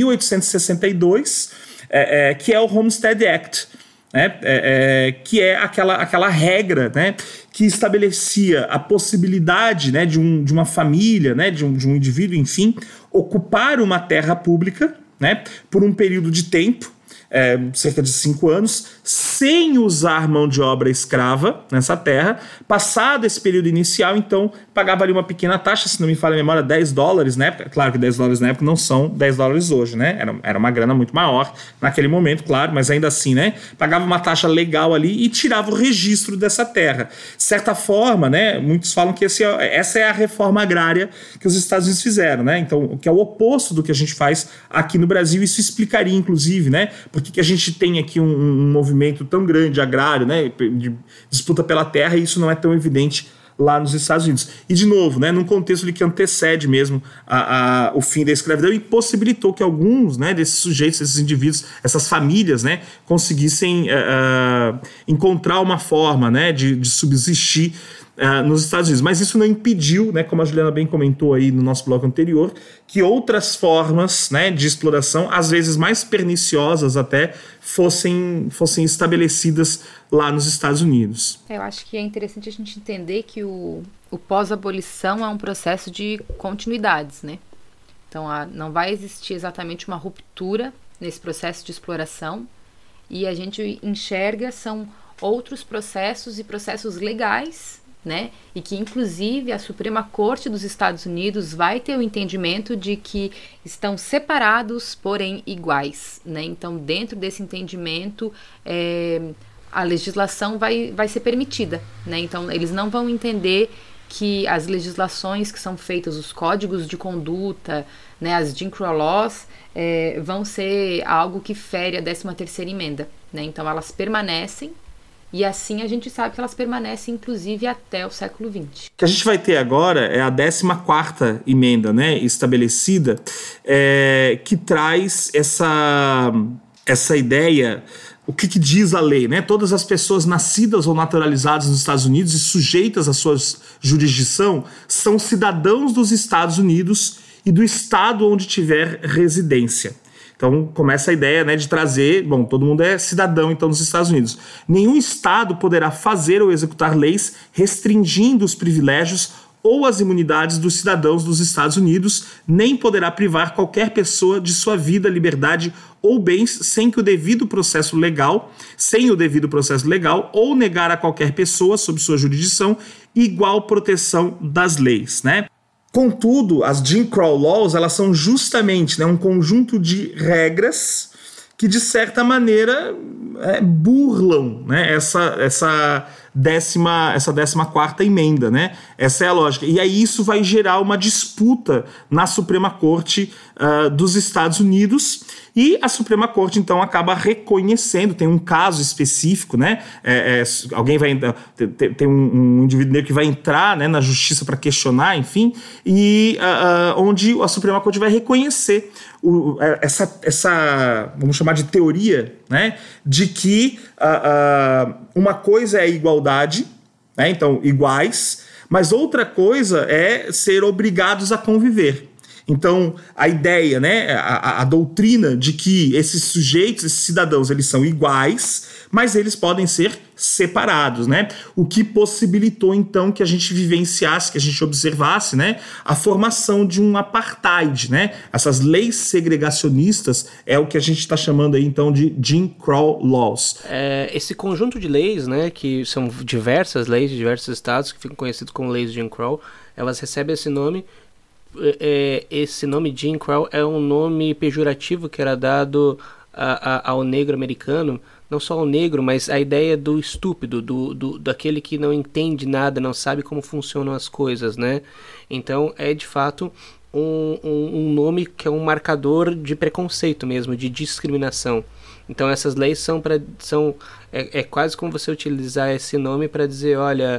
1862, que é o Homestead Act, né, que é aquela regra, né, que estabelecia a possibilidade, né, de uma família, né, de um indivíduo, enfim, ocupar uma terra pública, né, por um período de tempo, cerca de 5 anos, sem usar mão de obra escrava nessa terra. Passado esse período inicial, então, pagava ali uma pequena taxa, se não me falha a memória, $10 na época. Claro que $10 na época não são $10 hoje, né? Era uma grana muito maior naquele momento, claro, mas ainda assim, né? Pagava uma taxa legal ali e tirava o registro dessa terra. De certa forma, né? Muitos falam que essa é a reforma agrária que os Estados Unidos fizeram, né? Então, o que é o oposto do que a gente faz aqui no Brasil. Isso explicaria, inclusive, né? Por que a gente tem aqui um movimento tão grande agrário, né, de disputa pela terra, e isso não é tão evidente lá nos Estados Unidos. E, de novo, né, num contexto que antecede mesmo o fim da escravidão e possibilitou que alguns, né, desses sujeitos, esses indivíduos, essas famílias, né, conseguissem encontrar uma forma, né, de subsistir nos Estados Unidos. Mas isso não impediu, né, como a Juliana bem comentou aí no nosso bloco anterior, que outras formas, né, de exploração, às vezes mais perniciosas até, fossem estabelecidas lá nos Estados Unidos. Eu acho que é interessante a gente entender que o pós-abolição é um processo de continuidades, né? Então, não vai existir exatamente uma ruptura nesse processo de exploração, e a gente enxerga são outros processos e processos legais, né? E que, inclusive, a Suprema Corte dos Estados Unidos vai ter o entendimento de que estão separados, porém iguais, né? Então, dentro desse entendimento, a legislação vai ser permitida, né? Então, eles não vão entender que as legislações que são feitas, os códigos de conduta, né, as Jim Crow Laws, vão ser algo que fere a 13ª emenda, né? Então, elas permanecem. E assim a gente sabe que elas permanecem, inclusive, até o século XX. O que a gente vai ter agora é a 14ª emenda, né, estabelecida, que traz essa ideia. O que diz a lei, né? Todas as pessoas nascidas ou naturalizadas nos Estados Unidos e sujeitas à sua jurisdição são cidadãos dos Estados Unidos e do estado onde tiver residência. Então começa a ideia, né, de trazer, todo mundo é cidadão então nos Estados Unidos. Nenhum estado poderá fazer ou executar leis restringindo os privilégios ou as imunidades dos cidadãos dos Estados Unidos, nem poderá privar qualquer pessoa de sua vida, liberdade ou bens sem o devido processo legal, ou negar a qualquer pessoa sob sua jurisdição igual proteção das leis, né? Contudo, as Jim Crow Laws, elas são justamente, né, um conjunto de regras que, de certa maneira, burlam, né, essa 14ª emenda, né? Essa é a lógica. E aí isso vai gerar uma disputa na Suprema Corte dos Estados Unidos, e a Suprema Corte, então, acaba reconhecendo, tem um caso específico, né? Alguém vai tem um indivíduo negro que vai entrar, né, na justiça para questionar, enfim, e onde a Suprema Corte vai reconhecer essa, vamos chamar de teoria, né, de que uma coisa é a igualdade, né, então iguais, mas outra coisa é ser obrigados a conviver. Então, a ideia, né, a doutrina de que esses sujeitos, esses cidadãos, eles são iguais, mas eles podem ser separados, né? O que possibilitou, então, que a gente vivenciasse, que a gente observasse, né, a formação de um apartheid, né? Essas leis segregacionistas é o que a gente está chamando aí, então, de Jim Crow Laws. Esse conjunto de leis, né, que são diversas leis de diversos estados, que ficam conhecidas como leis de Jim Crow, elas recebem esse nome esse nome Jim Crow é um nome pejorativo que era dado ao negro americano, não só ao negro, mas a ideia do estúpido, daquele que não entende nada, não sabe como funcionam as coisas, né? Então é de fato um nome que é um marcador de preconceito mesmo, de discriminação. Então essas leis é quase como você utilizar esse nome para dizer, olha,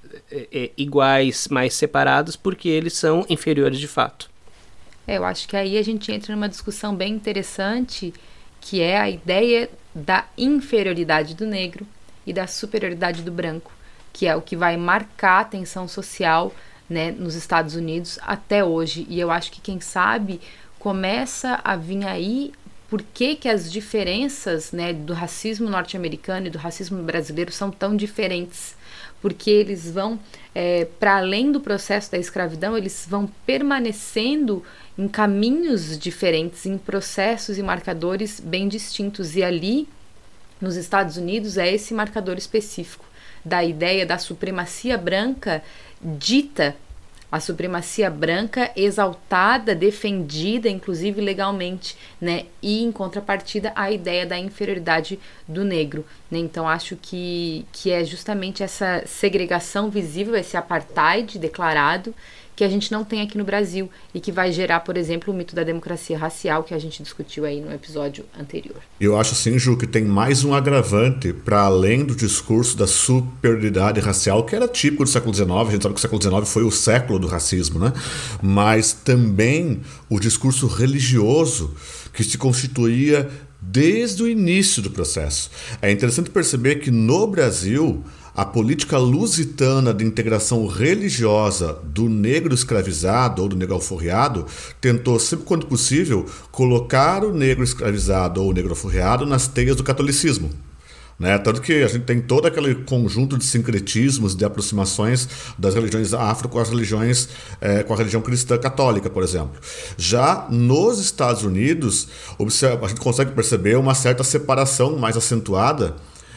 iguais, mas separados, porque eles são inferiores de fato. Eu acho que aí a gente entra numa discussão bem interessante, que é a ideia da inferioridade do negro e da superioridade do branco, que é o que vai marcar a tensão social, né, nos Estados Unidos até hoje. E eu acho que, quem sabe, começa a vir aí por que as diferenças, né, do racismo norte-americano e do racismo brasileiro são tão diferentes. Porque eles vão, para além do processo da escravidão, eles vão permanecendo em caminhos diferentes, em processos e marcadores bem distintos. E ali, nos Estados Unidos, é esse marcador específico da ideia da supremacia branca dita, a supremacia branca exaltada, defendida, inclusive legalmente, né? E, em contrapartida, a ideia da inferioridade do negro, né? Então, acho que é justamente essa segregação visível, esse apartheid declarado, que a gente não tem aqui no Brasil e que vai gerar, por exemplo, o mito da democracia racial, que a gente discutiu aí no episódio anterior. Eu acho assim, Ju, que tem mais um agravante para além do discurso da superioridade racial, que era típico do século XIX. A gente sabe que o século XIX foi o século do racismo, né? Mas também o discurso religioso que se constituía desde o início do processo. É interessante perceber que no Brasil a política lusitana de integração religiosa do negro escravizado ou do negro alforriado tentou, sempre quando possível, colocar o negro escravizado ou o negro alforriado nas teias do catolicismo. Né? Tanto que a gente tem todo aquele conjunto de sincretismos, de aproximações das religiões afro com as religiões, com a religião cristã católica, por exemplo. Já nos Estados Unidos, a gente consegue perceber uma certa separação mais acentuada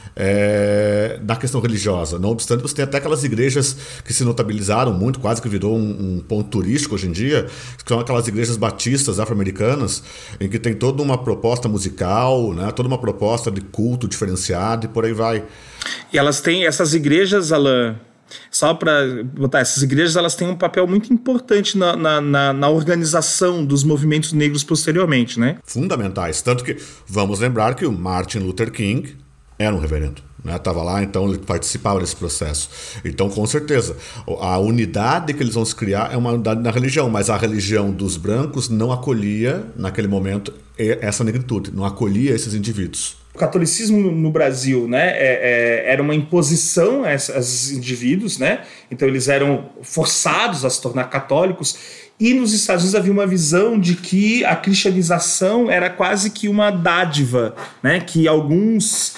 na questão religiosa. Não obstante, você tem até aquelas igrejas que se notabilizaram muito, quase que virou um ponto turístico hoje em dia, que são aquelas igrejas batistas afro-americanas, em que tem toda uma proposta musical, né, toda uma proposta de culto diferenciado e por aí vai. E elas têm, essas igrejas, Alan, só para botar, essas igrejas, elas têm um papel muito importante na organização dos movimentos negros posteriormente, né? Fundamentais. Tanto que, vamos lembrar que o Martin Luther King era um reverendo, né? Estava lá, então ele participava desse processo. Então, com certeza, a unidade que eles vão se criar é uma unidade na religião, mas a religião dos brancos não acolhia, naquele momento, essa negritude, não acolhia esses indivíduos. O catolicismo no Brasil, né, era uma imposição a esses indivíduos, né? Então eles eram forçados a se tornar católicos. E nos Estados Unidos havia uma visão de que a cristianização era quase que uma dádiva, né? Que alguns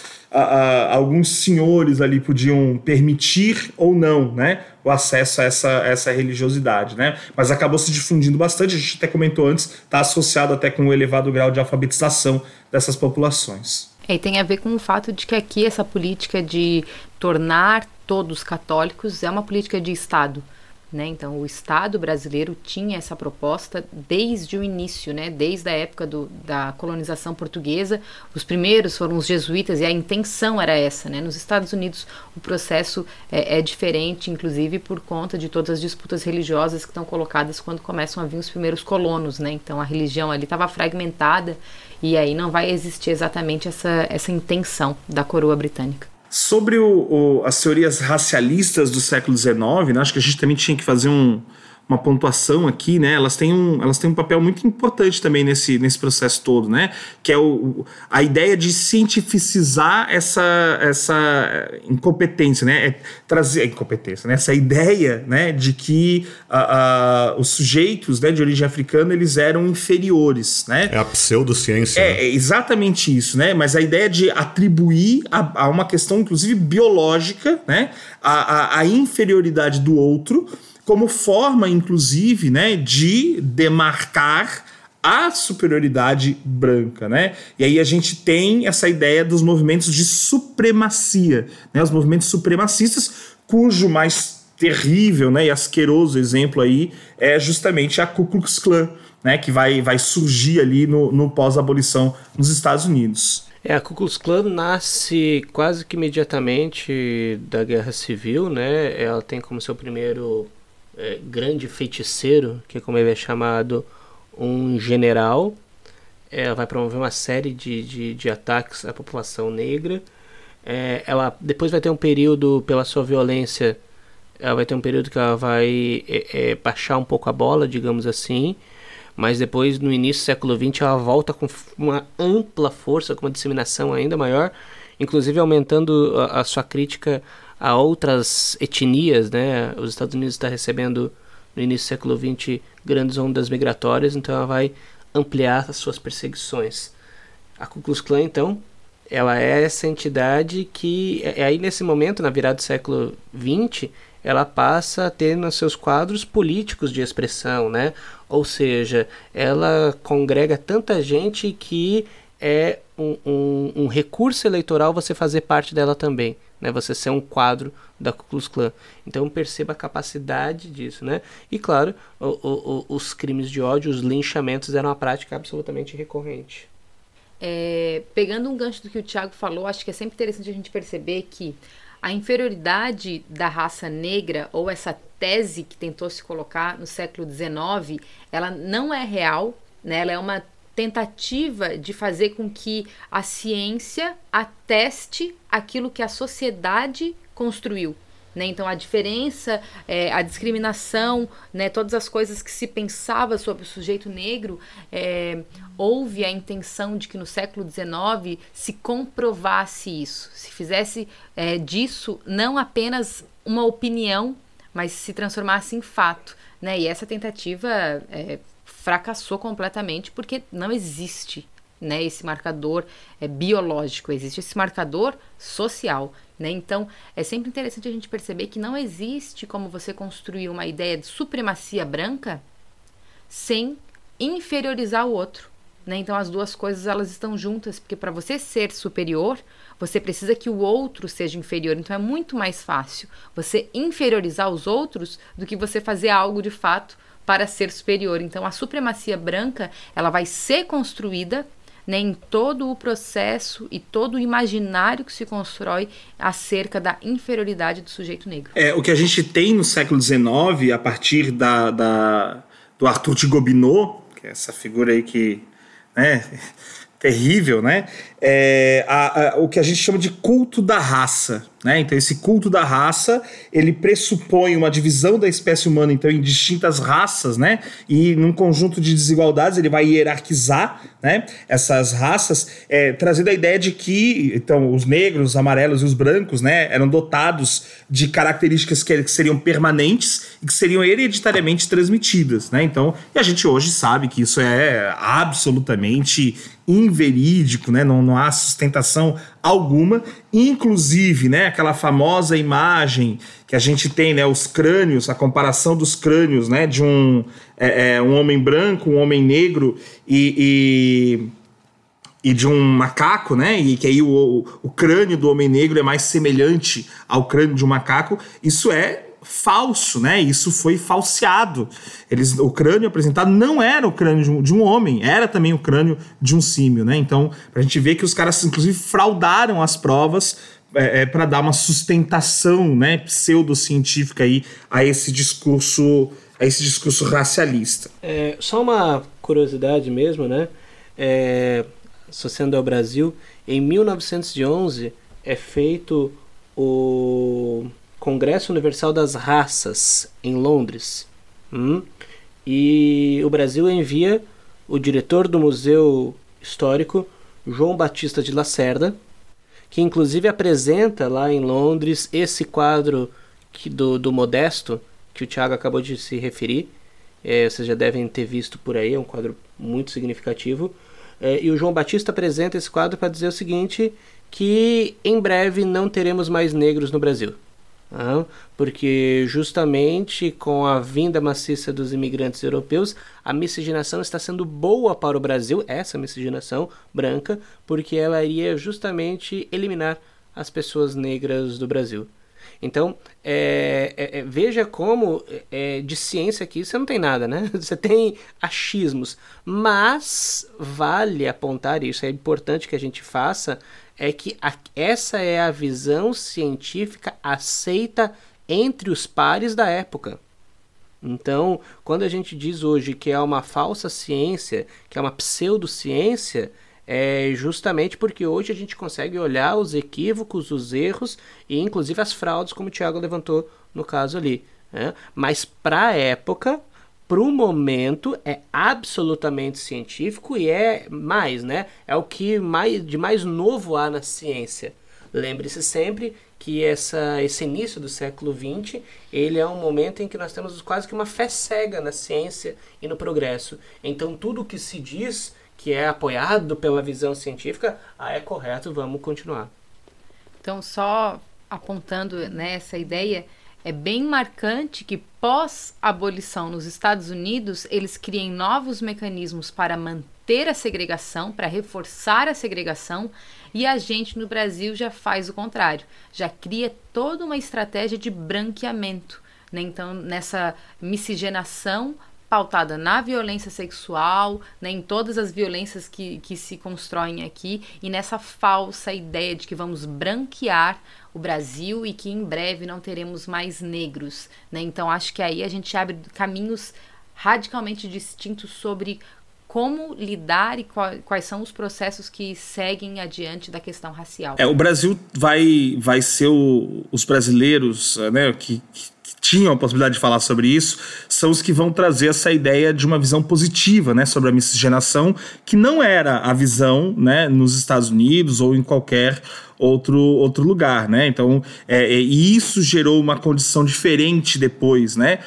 senhores ali podiam permitir ou não, né, o acesso a essa religiosidade, né? Mas acabou se difundindo bastante, a gente até comentou antes, está associado até com um elevado grau de alfabetização dessas populações. E tem a ver com o fato de que aqui essa política de tornar todos católicos é uma política de Estado, né? Então o Estado brasileiro tinha essa proposta desde o início, né? Desde a época da colonização portuguesa. Os primeiros foram os jesuítas e a intenção era essa, né? Nos Estados Unidos o processo é diferente, inclusive por conta de todas as disputas religiosas que estão colocadas quando começam a vir os primeiros colonos, né? Então a religião ali estava fragmentada e aí não vai existir exatamente essa intenção da coroa britânica. Sobre as teorias racialistas do século XIX, né, acho que a gente também tinha que fazer uma pontuação aqui, né? Elas têm um papel muito importante também nesse processo todo, né? Que é a ideia de cientificizar essa incompetência, né? Trazer a incompetência, né? Essa ideia, né, de que os sujeitos, né, de origem africana eles eram inferiores, né? É a pseudociência. É exatamente isso, né? Mas a ideia de atribuir a uma questão, inclusive biológica, né, a inferioridade do outro, como forma, inclusive, né, de demarcar a superioridade branca, né? E aí a gente tem essa ideia dos movimentos de supremacia, né? Os movimentos supremacistas, cujo mais terrível, né, e asqueroso exemplo aí é justamente a Ku Klux Klan, né, que vai surgir ali no pós-abolição nos Estados Unidos. A Ku Klux Klan nasce quase que imediatamente da Guerra Civil, né? Ela tem como seu primeiro grande feiticeiro, que é como ele é chamado, um general. Ela vai promover uma série de ataques à população negra. Ela depois vai ter um período, pela sua violência, ela vai ter um período que ela vai baixar um pouco a bola, digamos assim. Mas depois, no início do século XX, ela volta com uma ampla força, com uma disseminação ainda maior, inclusive aumentando a sua crítica a outras etnias, né? Os Estados Unidos está recebendo, no início do século XX, grandes ondas migratórias, então ela vai ampliar as suas perseguições. A Ku Klux Klan, então, ela é essa entidade que, aí nesse momento, na virada do século XX, ela passa a ter nos seus quadros políticos de expressão, né? Ou seja, ela congrega tanta gente que é um recurso eleitoral você fazer parte dela também, né? Você ser um quadro da Ku Klux Klan. Então perceba a capacidade disso, né? E claro, os crimes de ódio, os linchamentos eram uma prática absolutamente recorrente. Pegando um gancho do que o Thiago falou, acho que é sempre interessante a gente perceber que a inferioridade da raça negra, ou essa tese que tentou se colocar no século XIX, ela não é real, né? Ela é uma tentativa de fazer com que a ciência ateste aquilo que a sociedade construiu, né? Então a diferença, a discriminação, né? Todas as coisas que se pensava sobre o sujeito negro, houve a intenção de que no século XIX se comprovasse isso, se fizesse disso não apenas uma opinião, mas se transformasse em fato, né? E essa tentativa fracassou completamente porque não existe, né, esse marcador biológico, existe esse marcador social, né? Então é sempre interessante a gente perceber que não existe como você construir uma ideia de supremacia branca sem inferiorizar o outro, né? Então as duas coisas elas estão juntas, porque para você ser superior, você precisa que o outro seja inferior. Então é muito mais fácil você inferiorizar os outros do que você fazer algo de fato para ser superior. Então a supremacia branca ela vai ser construída, né, em todo o processo e todo o imaginário que se constrói acerca da inferioridade do sujeito negro. O que a gente tem no século XIX, a partir do Arthur de Gobineau, que é essa figura aí que, né, terrível, né? O que a gente chama de culto da raça, né? Então esse culto da raça, ele pressupõe uma divisão da espécie humana então em distintas raças, né? E num conjunto de desigualdades ele vai hierarquizar, né, essas raças, trazendo a ideia de que então os negros, os amarelos e os brancos, né, eram dotados de características que seriam permanentes e que seriam hereditariamente transmitidas, né? Então, e a gente hoje sabe que isso é absolutamente inverídico, né? Não há sustentação alguma, inclusive, né, aquela famosa imagem que a gente tem, né, os crânios, a comparação dos crânios, né, de um homem branco, um homem negro e de um macaco, né, e que aí o crânio do homem negro é mais semelhante ao crânio de um macaco. Isso é falso, né? Isso foi falseado. O crânio apresentado não era o crânio de um homem, era também o crânio de um símio, né? Então, pra gente ver que os caras, inclusive, fraudaram as provas para dar uma sustentação, né, pseudocientífica aí a esse discurso racialista. Só uma curiosidade mesmo, né? Associando ao Brasil, em 1911 é feito o Congresso Universal das Raças, em Londres. E o Brasil envia o diretor do Museu Histórico, João Batista de Lacerda, que inclusive apresenta lá em Londres esse quadro do Modesto, que o Thiago acabou de se referir. Vocês já devem ter visto por aí, é um quadro muito significativo. E o João Batista apresenta esse quadro para dizer o seguinte, que em breve não teremos mais negros no Brasil. Porque justamente com a vinda maciça dos imigrantes europeus, a miscigenação está sendo boa para o Brasil, essa miscigenação branca, porque ela iria justamente eliminar as pessoas negras do Brasil. Então, veja como de ciência aqui você não tem nada, né? Você tem achismos, mas vale apontar isso, é importante que a gente faça, é que essa é a visão científica aceita entre os pares da época. Então, quando a gente diz hoje que é uma falsa ciência, que é uma pseudociência, é justamente porque hoje a gente consegue olhar os equívocos, os erros e inclusive as fraudes, como o Thiago levantou no caso ali, né? Mas para a época, para o momento, é absolutamente científico e é mais, né? É o que de mais novo há na ciência. Lembre-se sempre que esse início do século XX, ele é um momento em que nós temos quase que uma fé cega na ciência e no progresso. Então tudo o que se diz que é apoiado pela visão científica, é correto, vamos continuar. Então, só apontando nessa ideia, é bem marcante que pós-abolição nos Estados Unidos, eles criem novos mecanismos para manter a segregação, para reforçar a segregação, e a gente no Brasil já faz o contrário, já cria toda uma estratégia de branqueamento, né? Então, nessa miscigenação pautada na violência sexual, né, em todas as violências que se constroem aqui, e nessa falsa ideia de que vamos branquear o Brasil e que em breve não teremos mais negros, né? Então acho que aí a gente abre caminhos radicalmente distintos sobre como lidar e quais são os processos que seguem adiante da questão racial. O Brasil vai ser os brasileiros, né, que tinham a possibilidade de falar sobre isso, são os que vão trazer essa ideia de uma visão positiva, né, sobre a miscigenação, que não era a visão, né, nos Estados Unidos ou em qualquer outro lugar, né? Então, e isso gerou uma condição diferente depois, né,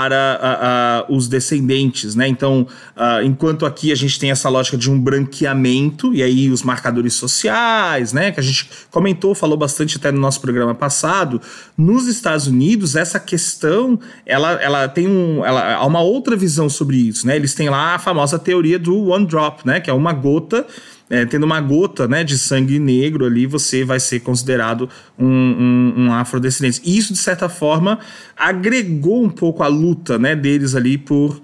para os descendentes, né? Então, enquanto aqui a gente tem essa lógica de um branqueamento, e aí os marcadores sociais, né, que a gente falou bastante até no nosso programa passado, nos Estados Unidos, essa questão, ela tem há uma outra visão sobre isso, né? Eles têm lá a famosa teoria do one drop, né, que é uma gota. Tendo uma gota, né, de sangue negro ali, você vai ser considerado um afrodescendente. E isso, de certa forma, agregou um pouco a luta, né, deles ali por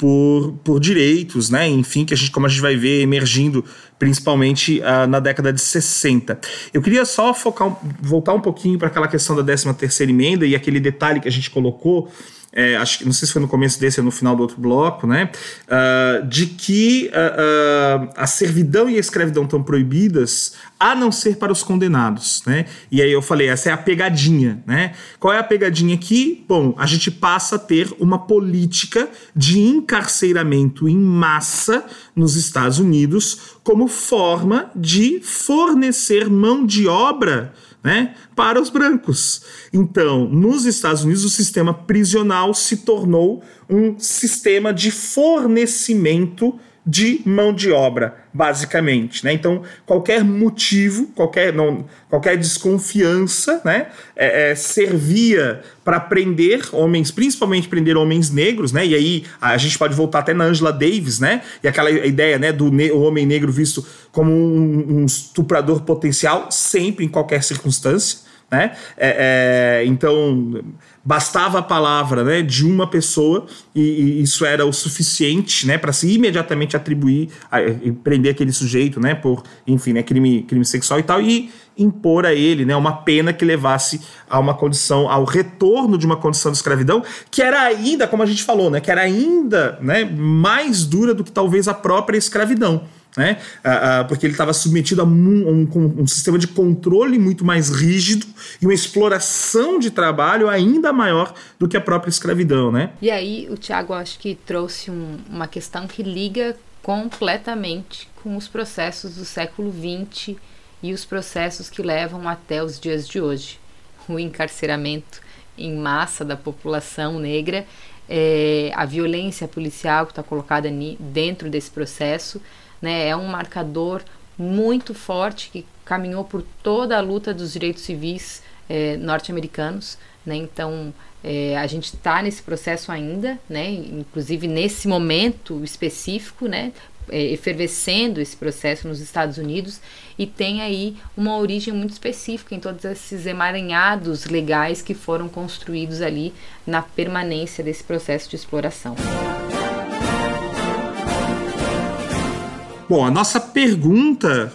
direitos, né, enfim, como a gente vai ver emergindo principalmente na década de 60. Eu queria só voltar um pouquinho para aquela questão da 13ª emenda e aquele detalhe que a gente colocou, não sei se foi no começo desse ou no final do outro bloco, né, de que a servidão e a escravidão estão proibidas a não ser para os condenados, né? E aí eu falei, essa é a pegadinha, né? Qual é a pegadinha aqui? Bom, a gente passa a ter uma política de encarceramento em massa nos Estados Unidos como forma de fornecer mão de obra, né, para os brancos. Então, nos Estados Unidos, o sistema prisional se tornou um sistema de fornecimento de mão de obra, basicamente, né? Então, qualquer motivo, qualquer desconfiança, né, servia para prender homens, principalmente prender homens negros, né? E aí a gente pode voltar até na Angela Davis, né? E aquela ideia, né, do homem negro visto como um estuprador potencial, sempre, em qualquer circunstância, né? Então, bastava a palavra, né, de uma pessoa e isso era o suficiente, né, para se imediatamente atribuir e prender aquele sujeito, né, por, enfim, né, crime sexual e tal, e impor a ele, né, uma pena que levasse a uma condição, ao retorno de uma condição de escravidão, que era ainda, como a gente falou, né, que era ainda, né, mais dura do que talvez a própria escravidão, né? Porque ele estava submetido a um sistema de controle muito mais rígido e uma exploração de trabalho ainda maior do que a própria escravidão, né? E aí o Thiago acho que trouxe uma questão que liga completamente com os processos do século XX e os processos que levam até os dias de hoje. O encarceramento em massa da população negra, a violência policial que está colocada dentro desse processo, né, é um marcador muito forte que caminhou por toda a luta dos direitos civis norte-americanos, né? Então a gente está nesse processo ainda, né? Inclusive nesse momento específico, né? efervescendo esse processo nos Estados Unidos e tem aí uma origem muito específica em todos esses emaranhados legais que foram construídos ali na permanência desse processo de exploração. Bom, a nossa pergunta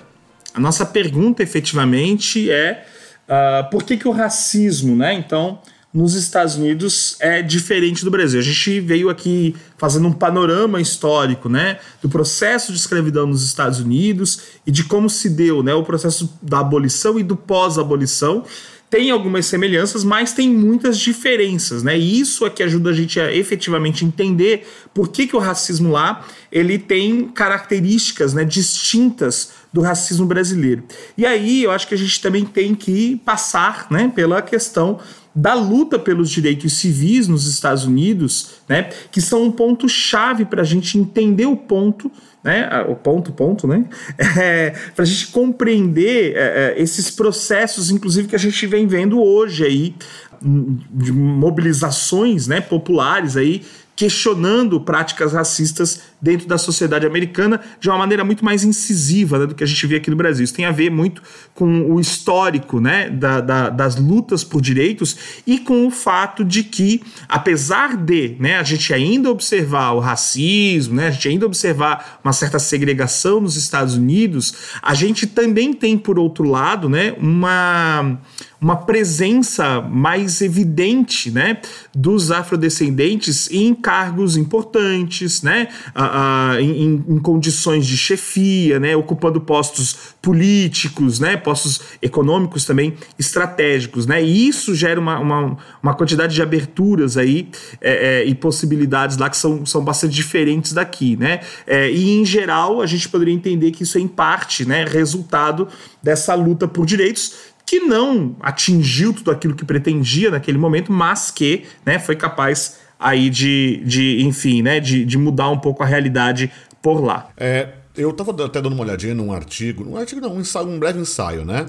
efetivamente é por que o racismo, né, então, nos Estados Unidos é diferente do Brasil. A gente veio aqui fazendo um panorama histórico, né, do processo de escravidão nos Estados Unidos e de como se deu, né, o processo da abolição e do pós-abolição. Tem algumas semelhanças, mas tem muitas diferenças, né? E isso é que ajuda a gente a efetivamente entender por que o racismo lá ele tem características, né, distintas do racismo brasileiro. E aí eu acho que a gente também tem que passar, né, pela questão da luta pelos direitos civis nos Estados Unidos, né, que são um ponto-chave para a gente entender o ponto, né, né, para a gente compreender esses processos, inclusive, que a gente vem vendo hoje aí, de mobilizações, né, populares aí, questionando práticas racistas dentro da sociedade americana de uma maneira muito mais incisiva, né, do que a gente vê aqui no Brasil. Isso tem a ver muito com o histórico, né, das lutas por direitos e com o fato de que, apesar de, né, a gente ainda observar o racismo, né, a gente ainda observar uma certa segregação nos Estados Unidos, a gente também tem, por outro lado, né, uma presença mais evidente, né, dos afrodescendentes em cargos importantes, né, em condições de chefia, né, ocupando postos políticos, né, postos econômicos também estratégicos, né, e isso gera uma quantidade de aberturas aí e possibilidades lá que são bastante diferentes daqui, né, e em geral a gente poderia entender que isso é em parte, né, resultado dessa luta por direitos que não atingiu tudo aquilo que pretendia naquele momento, mas que, né, foi capaz aí enfim, né, de mudar um pouco a realidade por lá. Eu estava até dando uma olhadinha num artigo não, um breve ensaio, né,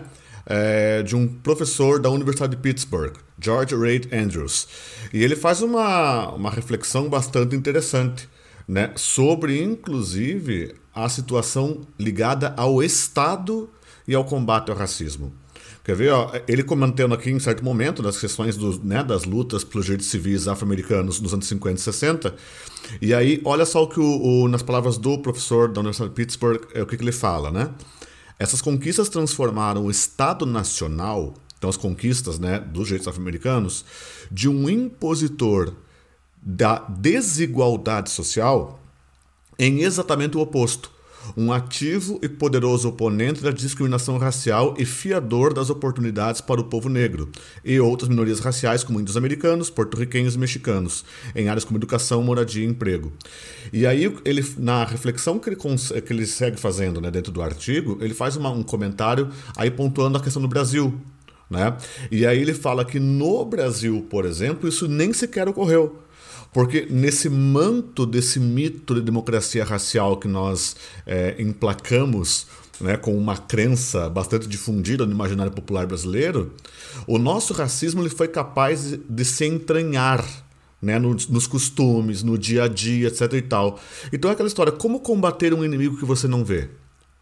de um professor da Universidade de Pittsburgh, George Reid Andrews, e ele faz uma reflexão bastante interessante, né, sobre, inclusive, a situação ligada ao Estado e ao combate ao racismo. Quer ver? Ó, ele comentando aqui em certo momento das questões das lutas pelos direitos civis afro-americanos nos anos 50 e 60. E aí, olha só o que nas palavras do professor da Universidade de Pittsburgh, o que ele fala, né? Essas conquistas transformaram o Estado Nacional, então as conquistas, né, dos direitos afro-americanos, de um impositor da desigualdade social em exatamente o oposto. Um ativo e poderoso oponente da discriminação racial e fiador das oportunidades para o povo negro e outras minorias raciais como índios americanos, porto-riquenhos e mexicanos, em áreas como educação, moradia e emprego. E aí, ele, na reflexão que ele segue fazendo, né, dentro do artigo, ele faz um comentário aí pontuando a questão do Brasil, né? E aí ele fala que no Brasil, por exemplo, isso nem sequer ocorreu. Porque nesse manto desse mito de democracia racial que nós emplacamos, né, com uma crença bastante difundida no imaginário popular brasileiro, o nosso racismo ele foi capaz de se entranhar, né, nos costumes, no dia a dia, etc. e tal. Então é aquela história, como combater um inimigo que você não vê?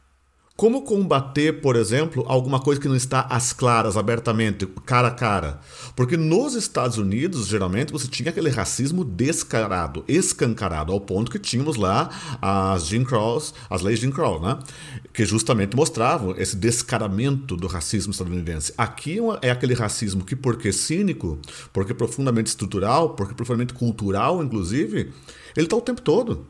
Como combater, por exemplo, alguma coisa que não está às claras, abertamente, cara a cara? Porque nos Estados Unidos, geralmente, você tinha aquele racismo descarado, escancarado, ao ponto que tínhamos lá as leis Jim Crow, né? Que justamente mostravam esse descaramento do racismo estadunidense. Aqui é aquele racismo que, porque cínico, porque profundamente estrutural, porque profundamente cultural, inclusive, ele está o tempo todo.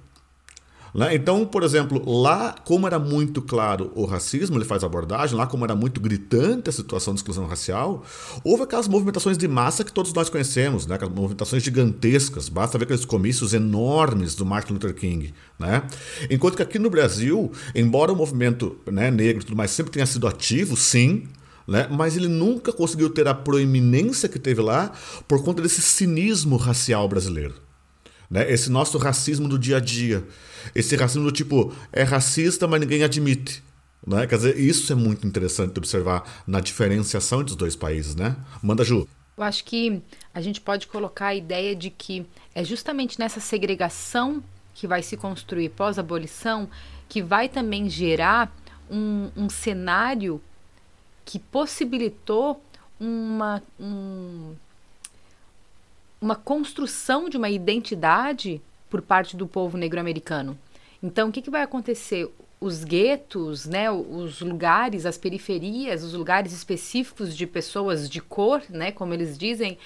Então, por exemplo, lá como era muito claro o racismo, ele faz abordagem, lá como era muito gritante a situação de exclusão racial, houve aquelas movimentações de massa que todos nós conhecemos, né? Aquelas movimentações gigantescas, basta ver aqueles comícios enormes do Martin Luther King, né? Enquanto que aqui no Brasil, embora o movimento, né, negro e tudo mais sempre tenha sido ativo, sim, né, mas ele nunca conseguiu ter a proeminência que teve lá por conta desse cinismo racial brasileiro. Né? Esse nosso racismo do dia a dia. Esse racismo do tipo, é racista, mas ninguém admite. Né? Quer dizer, isso é muito interessante de observar na diferenciação entre os dois países, né? Manda, Ju. Eu acho que a gente pode colocar a ideia de que é justamente nessa segregação que vai se construir pós-abolição que vai também gerar um cenário que possibilitou uma construção de uma identidade por parte do povo negro-americano. Então, o que vai acontecer? Os guetos, né, os lugares, as periferias, os lugares específicos de pessoas de cor, né, como eles dizem,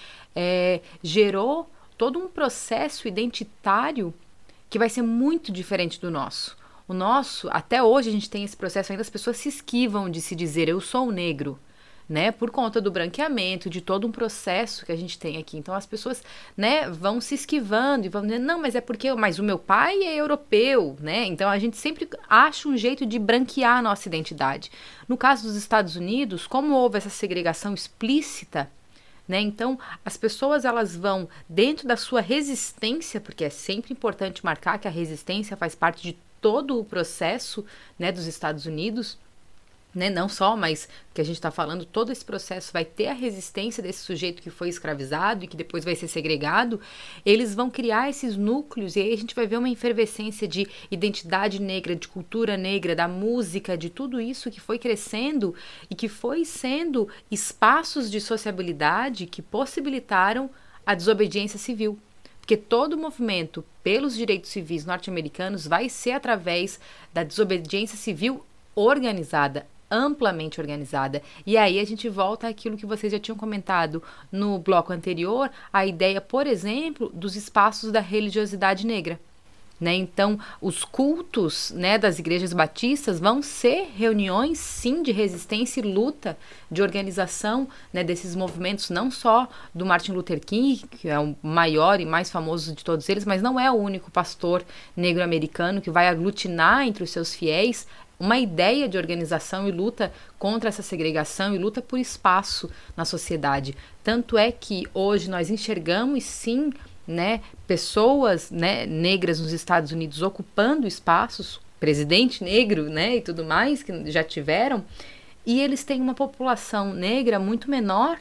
gerou todo um processo identitário que vai ser muito diferente do nosso. O nosso, até hoje a gente tem esse processo ainda, as pessoas se esquivam de se dizer eu sou negro, né, por conta do branqueamento, de todo um processo que a gente tem aqui. Então as pessoas, né, vão se esquivando e vão dizendo, não, mas é porque mas o meu pai é europeu, né? Então a gente sempre acha um jeito de branquear a nossa identidade. No caso dos Estados Unidos, como houve essa segregação explícita, né? Então as pessoas elas vão dentro da sua resistência, porque é sempre importante marcar que a resistência faz parte de todo o processo, né, dos Estados Unidos. Né, não só, mas que a gente está falando, todo esse processo vai ter a resistência desse sujeito que foi escravizado e que depois vai ser segregado, eles vão criar esses núcleos e aí a gente vai ver uma efervescência de identidade negra, de cultura negra, da música, de tudo isso que foi crescendo e que foi sendo espaços de sociabilidade que possibilitaram a desobediência civil. Porque todo o movimento pelos direitos civis norte-americanos vai ser através da desobediência civil organizada, amplamente organizada. E aí a gente volta àquilo que vocês já tinham comentado no bloco anterior, a ideia, por exemplo, dos espaços da religiosidade negra. Né? Então, os cultos, né, das igrejas batistas vão ser reuniões, sim, de resistência e luta, de organização, né, desses movimentos, não só do Martin Luther King, que é o maior e mais famoso de todos eles, mas não é o único pastor negro-americano que vai aglutinar entre os seus fiéis uma ideia de organização e luta contra essa segregação e luta por espaço na sociedade. Tanto é que hoje nós enxergamos, sim, né, pessoas, né, negras nos Estados Unidos ocupando espaços, presidente negro, né, e tudo mais, que já tiveram, e eles têm uma população negra muito menor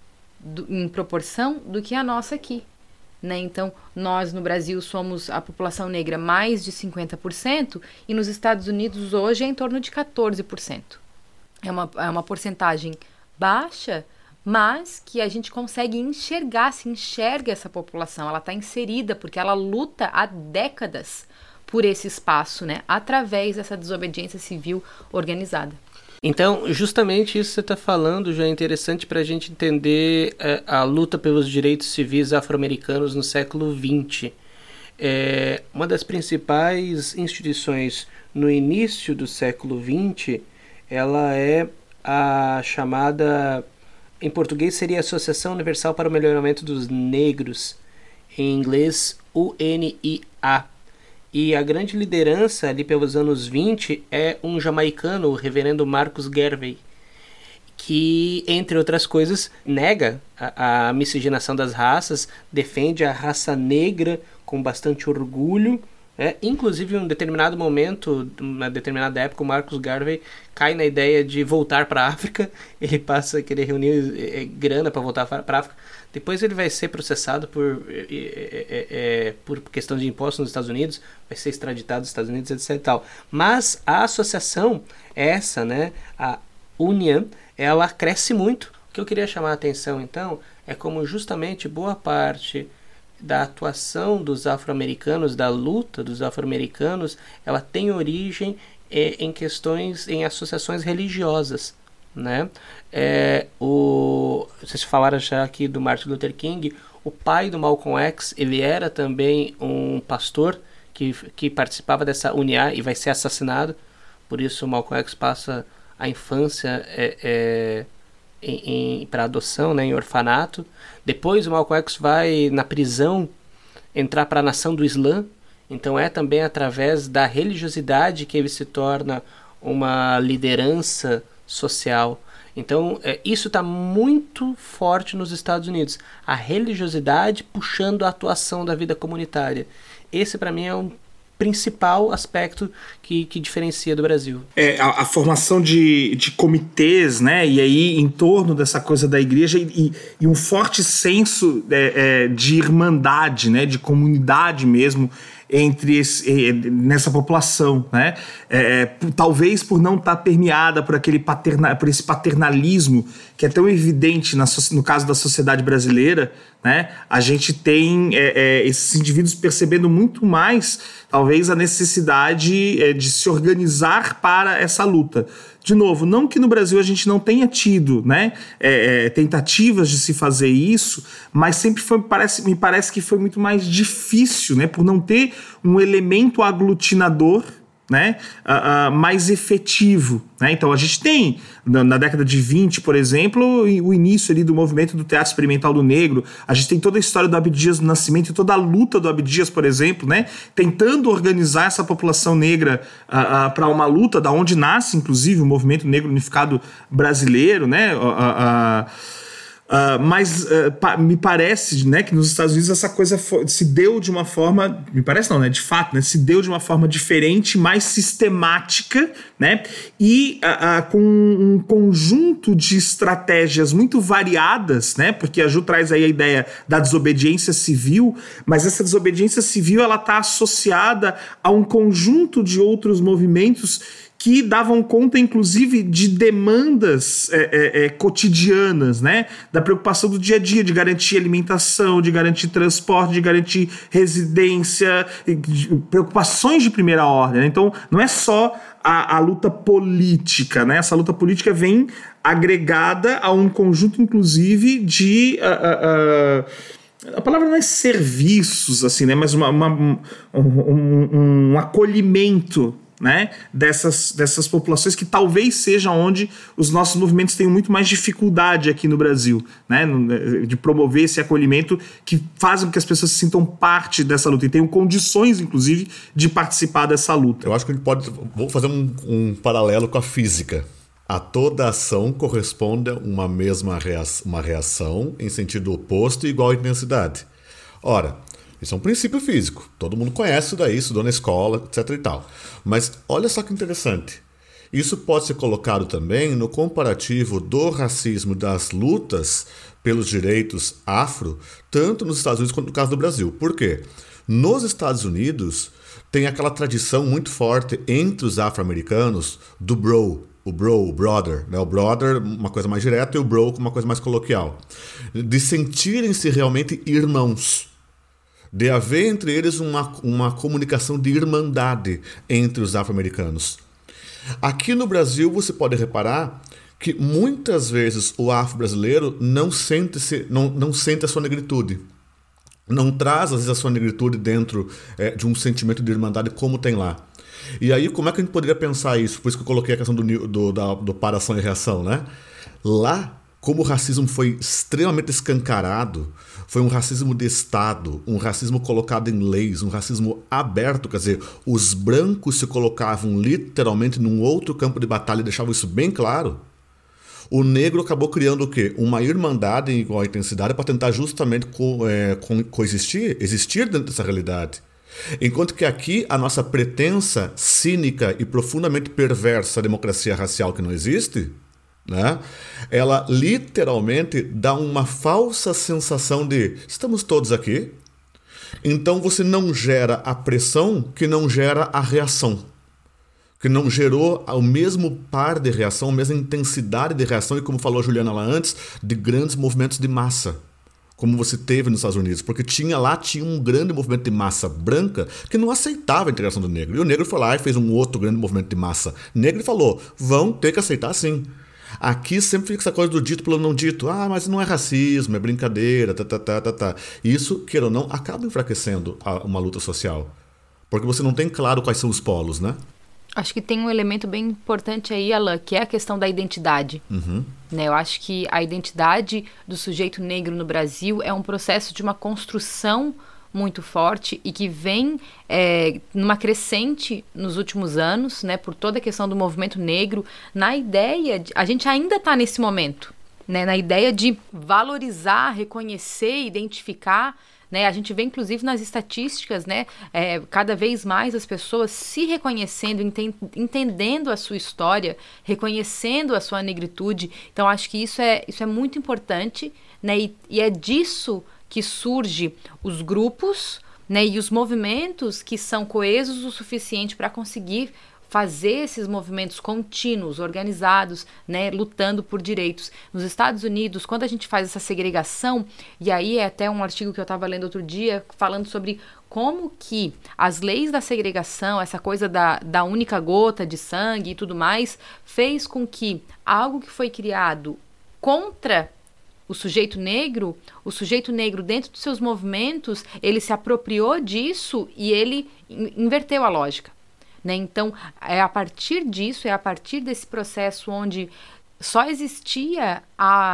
em proporção do que a nossa aqui. Né? Então, nós no Brasil somos a população negra mais de 50% e nos Estados Unidos hoje é em torno de 14%. É uma porcentagem baixa, mas que a gente consegue enxergar, se enxerga essa população, ela está inserida porque ela luta há décadas por esse espaço, né? Através dessa desobediência civil organizada. Então, justamente isso que você está falando já é interessante para a gente entender a luta pelos direitos civis afro-americanos no século XX. Uma das principais instituições no início do século XX, ela é a chamada, em português seria a Associação Universal para o Melhoramento dos Negros, em inglês UNIA. E a grande liderança ali pelos anos 20 é um jamaicano, o reverendo Marcus Garvey, que, entre outras coisas, nega a miscigenação das raças, defende a raça negra com bastante orgulho. Inclusive, em um determinado momento, uma determinada época, o Marcus Garvey cai na ideia de voltar para a África. Ele passa a querer reunir grana para voltar para a África. Depois ele vai ser processado por questão de impostos nos Estados Unidos, vai ser extraditado dos Estados Unidos, etc. E tal. Mas a associação, essa, né, a Union, ela cresce muito. O que eu queria chamar a atenção, então, é como justamente boa parte da atuação dos afro-americanos, da luta dos afro-americanos, ela tem origem em questões, em associações religiosas. Né? Vocês falaram já aqui do Martin Luther King. O pai do Malcolm X, ele era também um pastor que participava dessa UNIA e vai ser assassinado. Por isso o Malcolm X passa a infância para adoção, né, em orfanato. Depois o Malcolm X vai na prisão entrar para a nação do Islã. Então é também através da religiosidade que ele se torna uma liderança social. Então isso está muito forte nos Estados Unidos, a religiosidade puxando a atuação da vida comunitária. Esse para mim é um principal aspecto que diferencia do Brasil. A formação de comitês, né, e aí em torno dessa coisa da igreja e um forte senso de irmandade, né, de comunidade mesmo, nessa população, né? Talvez por não estar permeada por esse paternalismo que é tão evidente no caso da sociedade brasileira, né? A gente tem esses indivíduos percebendo muito mais, talvez, a necessidade de se organizar para essa luta. De novo, não que no Brasil a gente não tenha tido, né, tentativas de se fazer isso, mas sempre me parece que foi muito mais difícil, né, por não ter um elemento aglutinador, né, mais efetivo, né? Então a gente tem na década de 20, por exemplo, o início ali do movimento do teatro experimental do negro. A gente tem toda a história do Abdias do Nascimento e toda a luta do Abdias, por exemplo, né, tentando organizar essa população negra para uma luta, da onde nasce inclusive o movimento negro unificado brasileiro, né? Mas me parece, né, que nos Estados Unidos essa coisa se deu de uma forma, me parece não, né, de fato, né, se deu de uma forma diferente, mais sistemática, né, e com um conjunto de estratégias muito variadas, né, porque a Ju traz aí a ideia da desobediência civil, mas essa desobediência civil ela está associada a um conjunto de outros movimentos que davam conta, inclusive, de demandas cotidianas, né? Da preocupação do dia a dia, de garantir alimentação, de garantir transporte, de garantir residência, preocupações de primeira ordem, né? Então, não é só a luta política, né? Essa luta política vem agregada a um conjunto, inclusive, de... a palavra não é serviços, assim, né? Mas um acolhimento, né, dessas populações, que talvez seja onde os nossos movimentos tenham muito mais dificuldade aqui no Brasil, né, de promover esse acolhimento, que fazem com que as pessoas se sintam parte dessa luta e tenham condições, inclusive, de participar dessa luta. Eu acho que a gente pode... Vou fazer um paralelo com a física. A toda ação corresponde a uma mesma reação em sentido oposto e igual intensidade. Ora, isso é um princípio físico. Todo mundo conhece isso daí, estudou na escola, etc. e tal. Mas olha só que interessante. Isso pode ser colocado também no comparativo do racismo, das lutas pelos direitos afro, tanto nos Estados Unidos quanto no caso do Brasil. Por quê? Nos Estados Unidos tem aquela tradição muito forte entre os afro-americanos do bro. O brother, né? O brother, uma coisa mais direta, e o bro, uma coisa mais coloquial. De sentirem-se realmente irmãos. De haver entre eles uma comunicação de irmandade entre os afro-americanos. Aqui no Brasil você pode reparar que muitas vezes o afro-brasileiro não sente a sua negritude. Não traz, às vezes, a sua negritude dentro de um sentimento de irmandade como tem lá. E aí, como é que a gente poderia pensar isso? Por isso que eu coloquei a questão do para-ação e reação, né? Lá, como o racismo foi extremamente escancarado, foi um racismo de Estado, um racismo colocado em leis, um racismo aberto, quer dizer, os brancos se colocavam literalmente num outro campo de batalha e deixavam isso bem claro. O negro acabou criando o quê? Uma irmandade em igual intensidade para tentar justamente existir dentro dessa realidade. Enquanto que aqui a nossa pretensa, cínica e profundamente perversa democracia racial que não existe, né? Ela literalmente dá uma falsa sensação de estamos todos aqui, então você não gera a pressão que não gera a reação, que não gerou o mesmo par de reação, a mesma intensidade de reação e, como falou a Juliana lá antes, de grandes movimentos de massa, como você teve nos Estados Unidos, porque tinha um grande movimento de massa branca que não aceitava a integração do negro, e o negro foi lá e fez um outro grande movimento de massa negro e falou, vão ter que aceitar sim. Aqui sempre fica essa coisa do dito pelo não dito. Ah, mas não é racismo, é brincadeira, Isso, queira ou não, acaba enfraquecendo uma luta social. Porque você não tem claro quais são os polos, né? Acho que tem um elemento bem importante aí, Alan, que é a questão da identidade. Uhum. Né? Eu acho que a identidade do sujeito negro no Brasil é um processo de uma construção muito forte e que vem numa crescente nos últimos anos, né, por toda a questão do movimento negro, na ideia a gente ainda está nesse momento, né, na ideia de valorizar, reconhecer, identificar, né, a gente vê inclusive nas estatísticas, né, cada vez mais as pessoas se reconhecendo, entendendo a sua história, reconhecendo a sua negritude. Então acho que isso é muito importante, né, e é disso que surge os grupos, né? E os movimentos que são coesos o suficiente para conseguir fazer esses movimentos contínuos, organizados, né, lutando por direitos. Nos Estados Unidos, quando a gente faz essa segregação, e aí é até um artigo que eu estava lendo outro dia, falando sobre como que as leis da segregação, essa coisa da única gota de sangue e tudo mais, fez com que algo que foi criado contra o sujeito negro dentro dos seus movimentos, ele se apropriou disso e ele inverteu a lógica. Né? Então, é a partir disso, é a partir desse processo onde só existia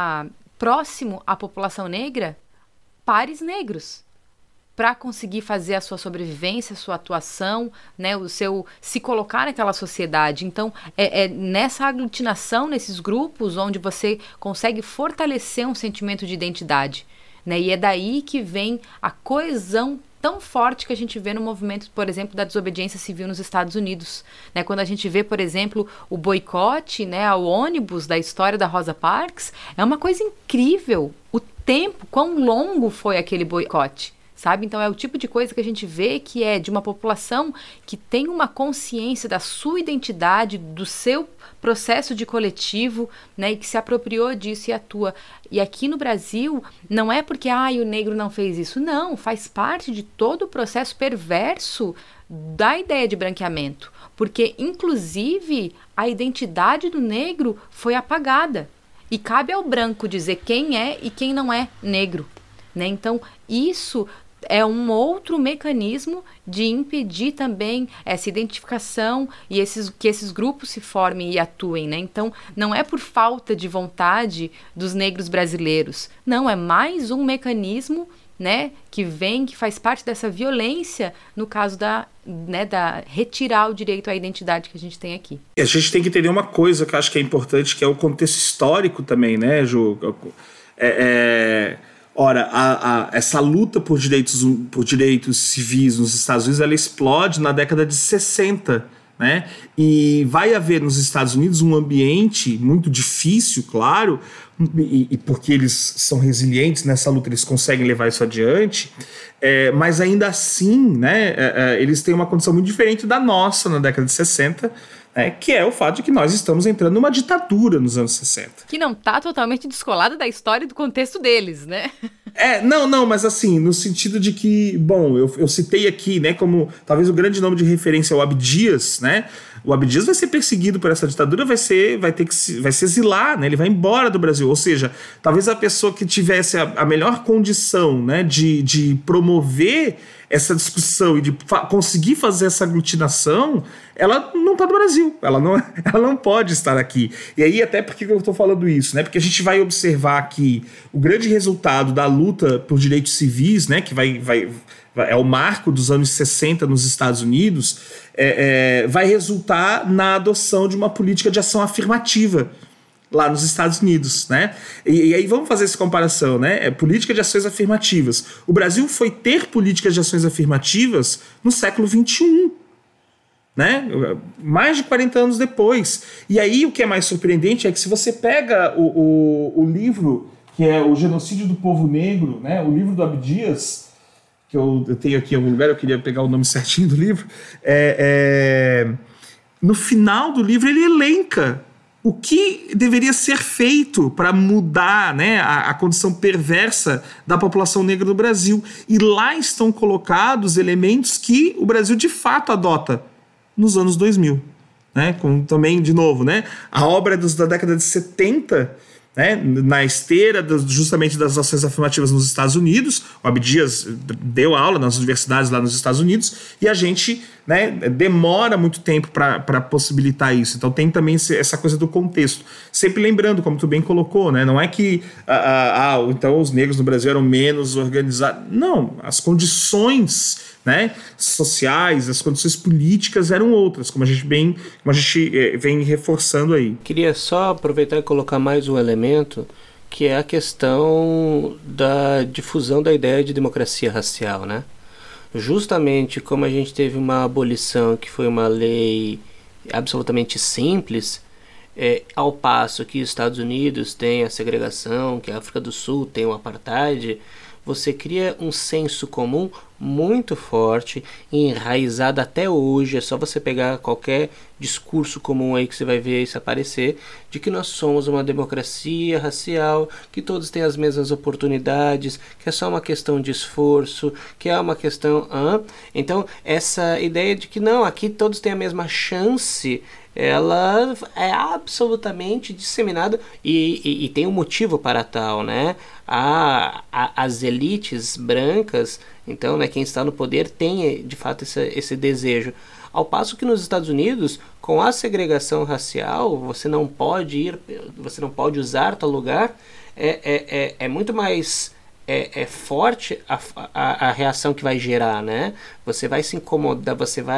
próximo à população negra, pares negros, para conseguir fazer a sua sobrevivência, a sua atuação, né, o seu se colocar naquela sociedade. Então, é nessa aglutinação, nesses grupos, onde você consegue fortalecer um sentimento de identidade. Né? E é daí que vem a coesão tão forte que a gente vê no movimento, por exemplo, da desobediência civil nos Estados Unidos. Né? Quando a gente vê, por exemplo, o boicote, né, ao ônibus da história da Rosa Parks, é uma coisa incrível o tempo, quão longo foi aquele boicote. Sabe? Então é o tipo de coisa que a gente vê que é de uma população que tem uma consciência da sua identidade, do seu processo de coletivo, né, e que se apropriou disso e atua. E aqui no Brasil, não é porque o negro não fez isso, não, faz parte de todo o processo perverso da ideia de branqueamento, porque inclusive a identidade do negro foi apagada e cabe ao branco dizer quem é e quem não é negro. Né? Então isso é um outro mecanismo de impedir também essa identificação e que esses grupos se formem e atuem, né? Então, não é por falta de vontade dos negros brasileiros. Não, é mais um mecanismo, né, que faz parte dessa violência no caso da retirar o direito à identidade que a gente tem aqui. E a gente tem que entender uma coisa que eu acho que é importante, que é o contexto histórico também, né, Ju? Ora, essa luta por direitos civis nos Estados Unidos, ela explode na década de 60, né? E vai haver nos Estados Unidos um ambiente muito difícil, claro, e porque eles são resilientes nessa luta, eles conseguem levar isso adiante, mas ainda assim, né, eles têm uma condição muito diferente da nossa na década de 60, que é o fato de que nós estamos entrando numa ditadura nos anos 60. Que não está totalmente descolada da história e do contexto deles, né? Não, mas assim, no sentido de que, bom, eu citei aqui, né, como talvez o grande nome de referência é o Abdias, né? O Abdias vai ser perseguido por essa ditadura, vai se exilar, né? Ele vai embora do Brasil. Ou seja, talvez a pessoa que tivesse a melhor condição, né, de promover essa discussão e de conseguir fazer essa aglutinação, ela não está no Brasil, ela não pode estar aqui. E aí, até por que eu estou falando isso? Né? Porque a gente vai observar que o grande resultado da luta por direitos civis, né, que é o marco dos anos 60 nos Estados Unidos, vai resultar na adoção de uma política de ação afirmativa lá nos Estados Unidos, né? E aí vamos fazer essa comparação, né? Política de ações afirmativas. O Brasil foi ter políticas de ações afirmativas no século XXI, né? Mais de 40 anos depois. E aí o que é mais surpreendente é que se você pega o livro, que é O Genocídio do Povo Negro, né? O livro do Abdias, que eu tenho aqui em algum lugar, eu queria pegar o nome certinho do livro, no final do livro ele elenca o que deveria ser feito para mudar, né, a condição perversa da população negra no Brasil. E lá estão colocados elementos que o Brasil de fato adota nos anos 2000. Né, com também, de novo, né, a obra da década de 70, né, na esteira justamente das ações afirmativas nos Estados Unidos. O Abdias deu aula nas universidades lá nos Estados Unidos e a gente, né, demora muito tempo para possibilitar isso. Então tem também essa coisa do contexto. Sempre lembrando, como tu bem colocou, né, não é que então os negros no Brasil eram menos organizados. Não, as condições, né, sociais, as condições políticas eram outras, como a gente vem reforçando aí. Queria só aproveitar e colocar mais um elemento, que é a questão da difusão da ideia de democracia racial, né? Justamente como a gente teve uma abolição que foi uma lei absolutamente simples, ao passo que os Estados Unidos têm a segregação, que a África do Sul tem o apartheid, você cria um senso comum muito forte, enraizado até hoje. É só você pegar qualquer discurso comum aí que você vai ver isso aparecer, de que nós somos uma democracia racial, que todos têm as mesmas oportunidades, que é só uma questão de esforço, que é uma questão... Então, essa ideia de que não, aqui todos têm a mesma chance, ela é absolutamente disseminada e tem um motivo para tal, né? As elites brancas, então, né, quem está no poder tem de fato esse desejo. Ao passo que nos Estados Unidos, com a segregação racial, você não pode usar tal lugar, é muito mais forte a reação que vai gerar, né? Você vai se incomodar,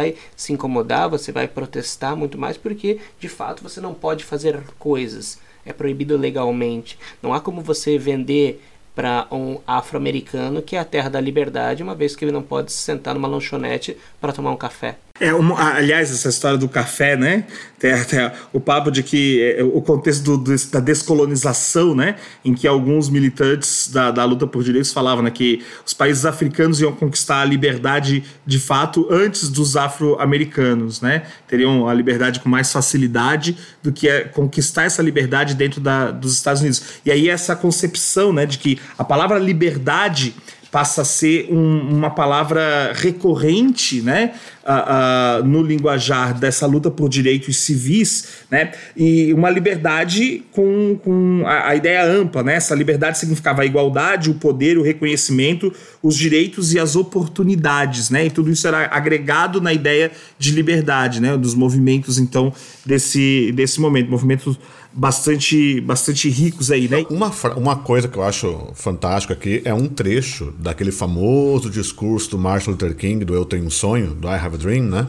você vai protestar muito mais, porque de fato você não pode fazer coisas, é proibido legalmente. Não há como você vender para um afro-americano que é a terra da liberdade, uma vez que ele não pode se sentar numa lanchonete para tomar um café. Aliás, essa história do café, né? Tem o papo de que o contexto da descolonização, né? Em que alguns militantes da luta por direitos falavam, né, que os países africanos iam conquistar a liberdade de fato antes dos afro-americanos, né? Teriam a liberdade com mais facilidade do que conquistar essa liberdade dentro dos Estados Unidos. E aí essa concepção, né, de que a palavra liberdade passa a ser uma palavra recorrente, né, no linguajar dessa luta por direitos civis, né, e uma liberdade com a ideia ampla, né, essa liberdade significava a igualdade, o poder, o reconhecimento, os direitos e as oportunidades, né, e tudo isso era agregado na ideia de liberdade, né, dos movimentos, então, desse momento, movimentos bastante ricos aí, né? Uma coisa que eu acho fantástico aqui é um trecho daquele famoso discurso do Martin Luther King, do Eu Tenho um Sonho, do I Have a Dream, né?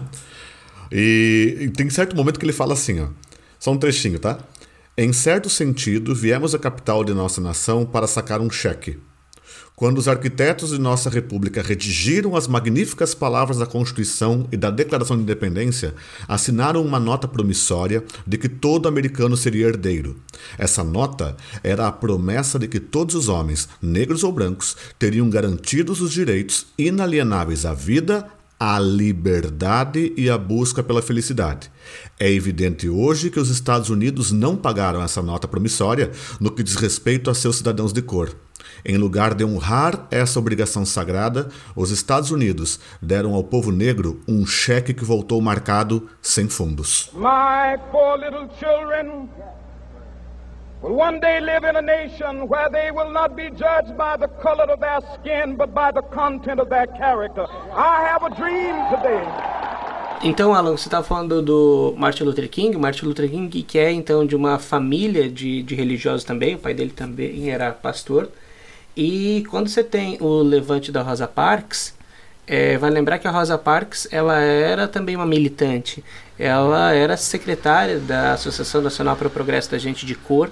E tem certo momento que ele fala assim, ó, só um trechinho, tá? Em certo sentido, viemos à capital de nossa nação para sacar um cheque. Quando os arquitetos de nossa república redigiram as magníficas palavras da Constituição e da Declaração de Independência, assinaram uma nota promissória de que todo americano seria herdeiro. Essa nota era a promessa de que todos os homens, negros ou brancos, teriam garantidos os direitos inalienáveis à vida, à liberdade e à busca pela felicidade. É evidente hoje que os Estados Unidos não pagaram essa nota promissória no que diz respeito a seus cidadãos de cor. Em lugar de honrar essa obrigação sagrada, os Estados Unidos deram ao povo negro um cheque que voltou marcado sem fundos. My poor little children will one day live in a nation where they will not be judged by the color of their skin, but by the content of their character. I have a dream today. Então, Alan, você estava falando do Martin Luther King. Martin Luther King, que é então de uma família de religiosos também, o pai dele também era pastor. E quando você tem o levante da Rosa Parks, vai lembrar que a Rosa Parks ela era também uma militante. Ela era secretária da Associação Nacional para o Progresso da Gente de Cor.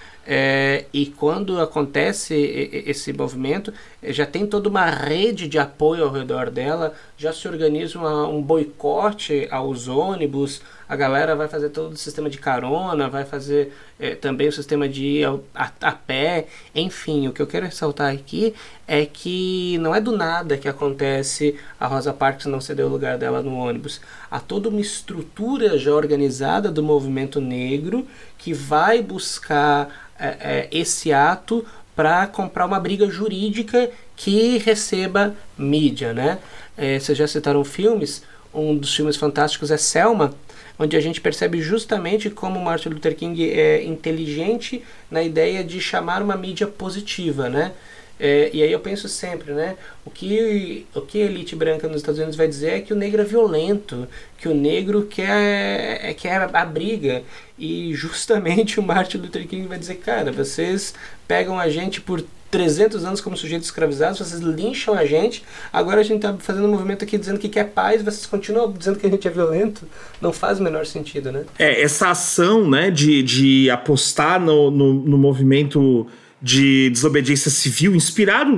E quando acontece esse movimento, já tem toda uma rede de apoio ao redor dela, já se organiza um boicote aos ônibus, a galera vai fazer todo o sistema de carona, vai fazer também o sistema de ir a pé, enfim. O que eu quero ressaltar aqui é que não é do nada que acontece a Rosa Parks não ceder o lugar dela no ônibus. Há toda uma estrutura já organizada do movimento negro que vai buscar esse ato para comprar uma briga jurídica que receba mídia, né? Vocês já citaram filmes, um dos filmes fantásticos é Selma, onde a gente percebe justamente como Martin Luther King é inteligente na ideia de chamar uma mídia positiva, né? E aí eu penso sempre, né? O que a elite branca nos Estados Unidos vai dizer é que o negro é violento, que o negro quer a briga. E justamente o Martin Luther King vai dizer, cara, vocês pegam a gente por 300 anos como sujeitos escravizados, vocês lincham a gente, agora a gente está fazendo um movimento aqui dizendo que quer paz, vocês continuam dizendo que a gente é violento. Não faz o menor sentido, né? Essa ação, né, de apostar no movimento de desobediência civil, inspirado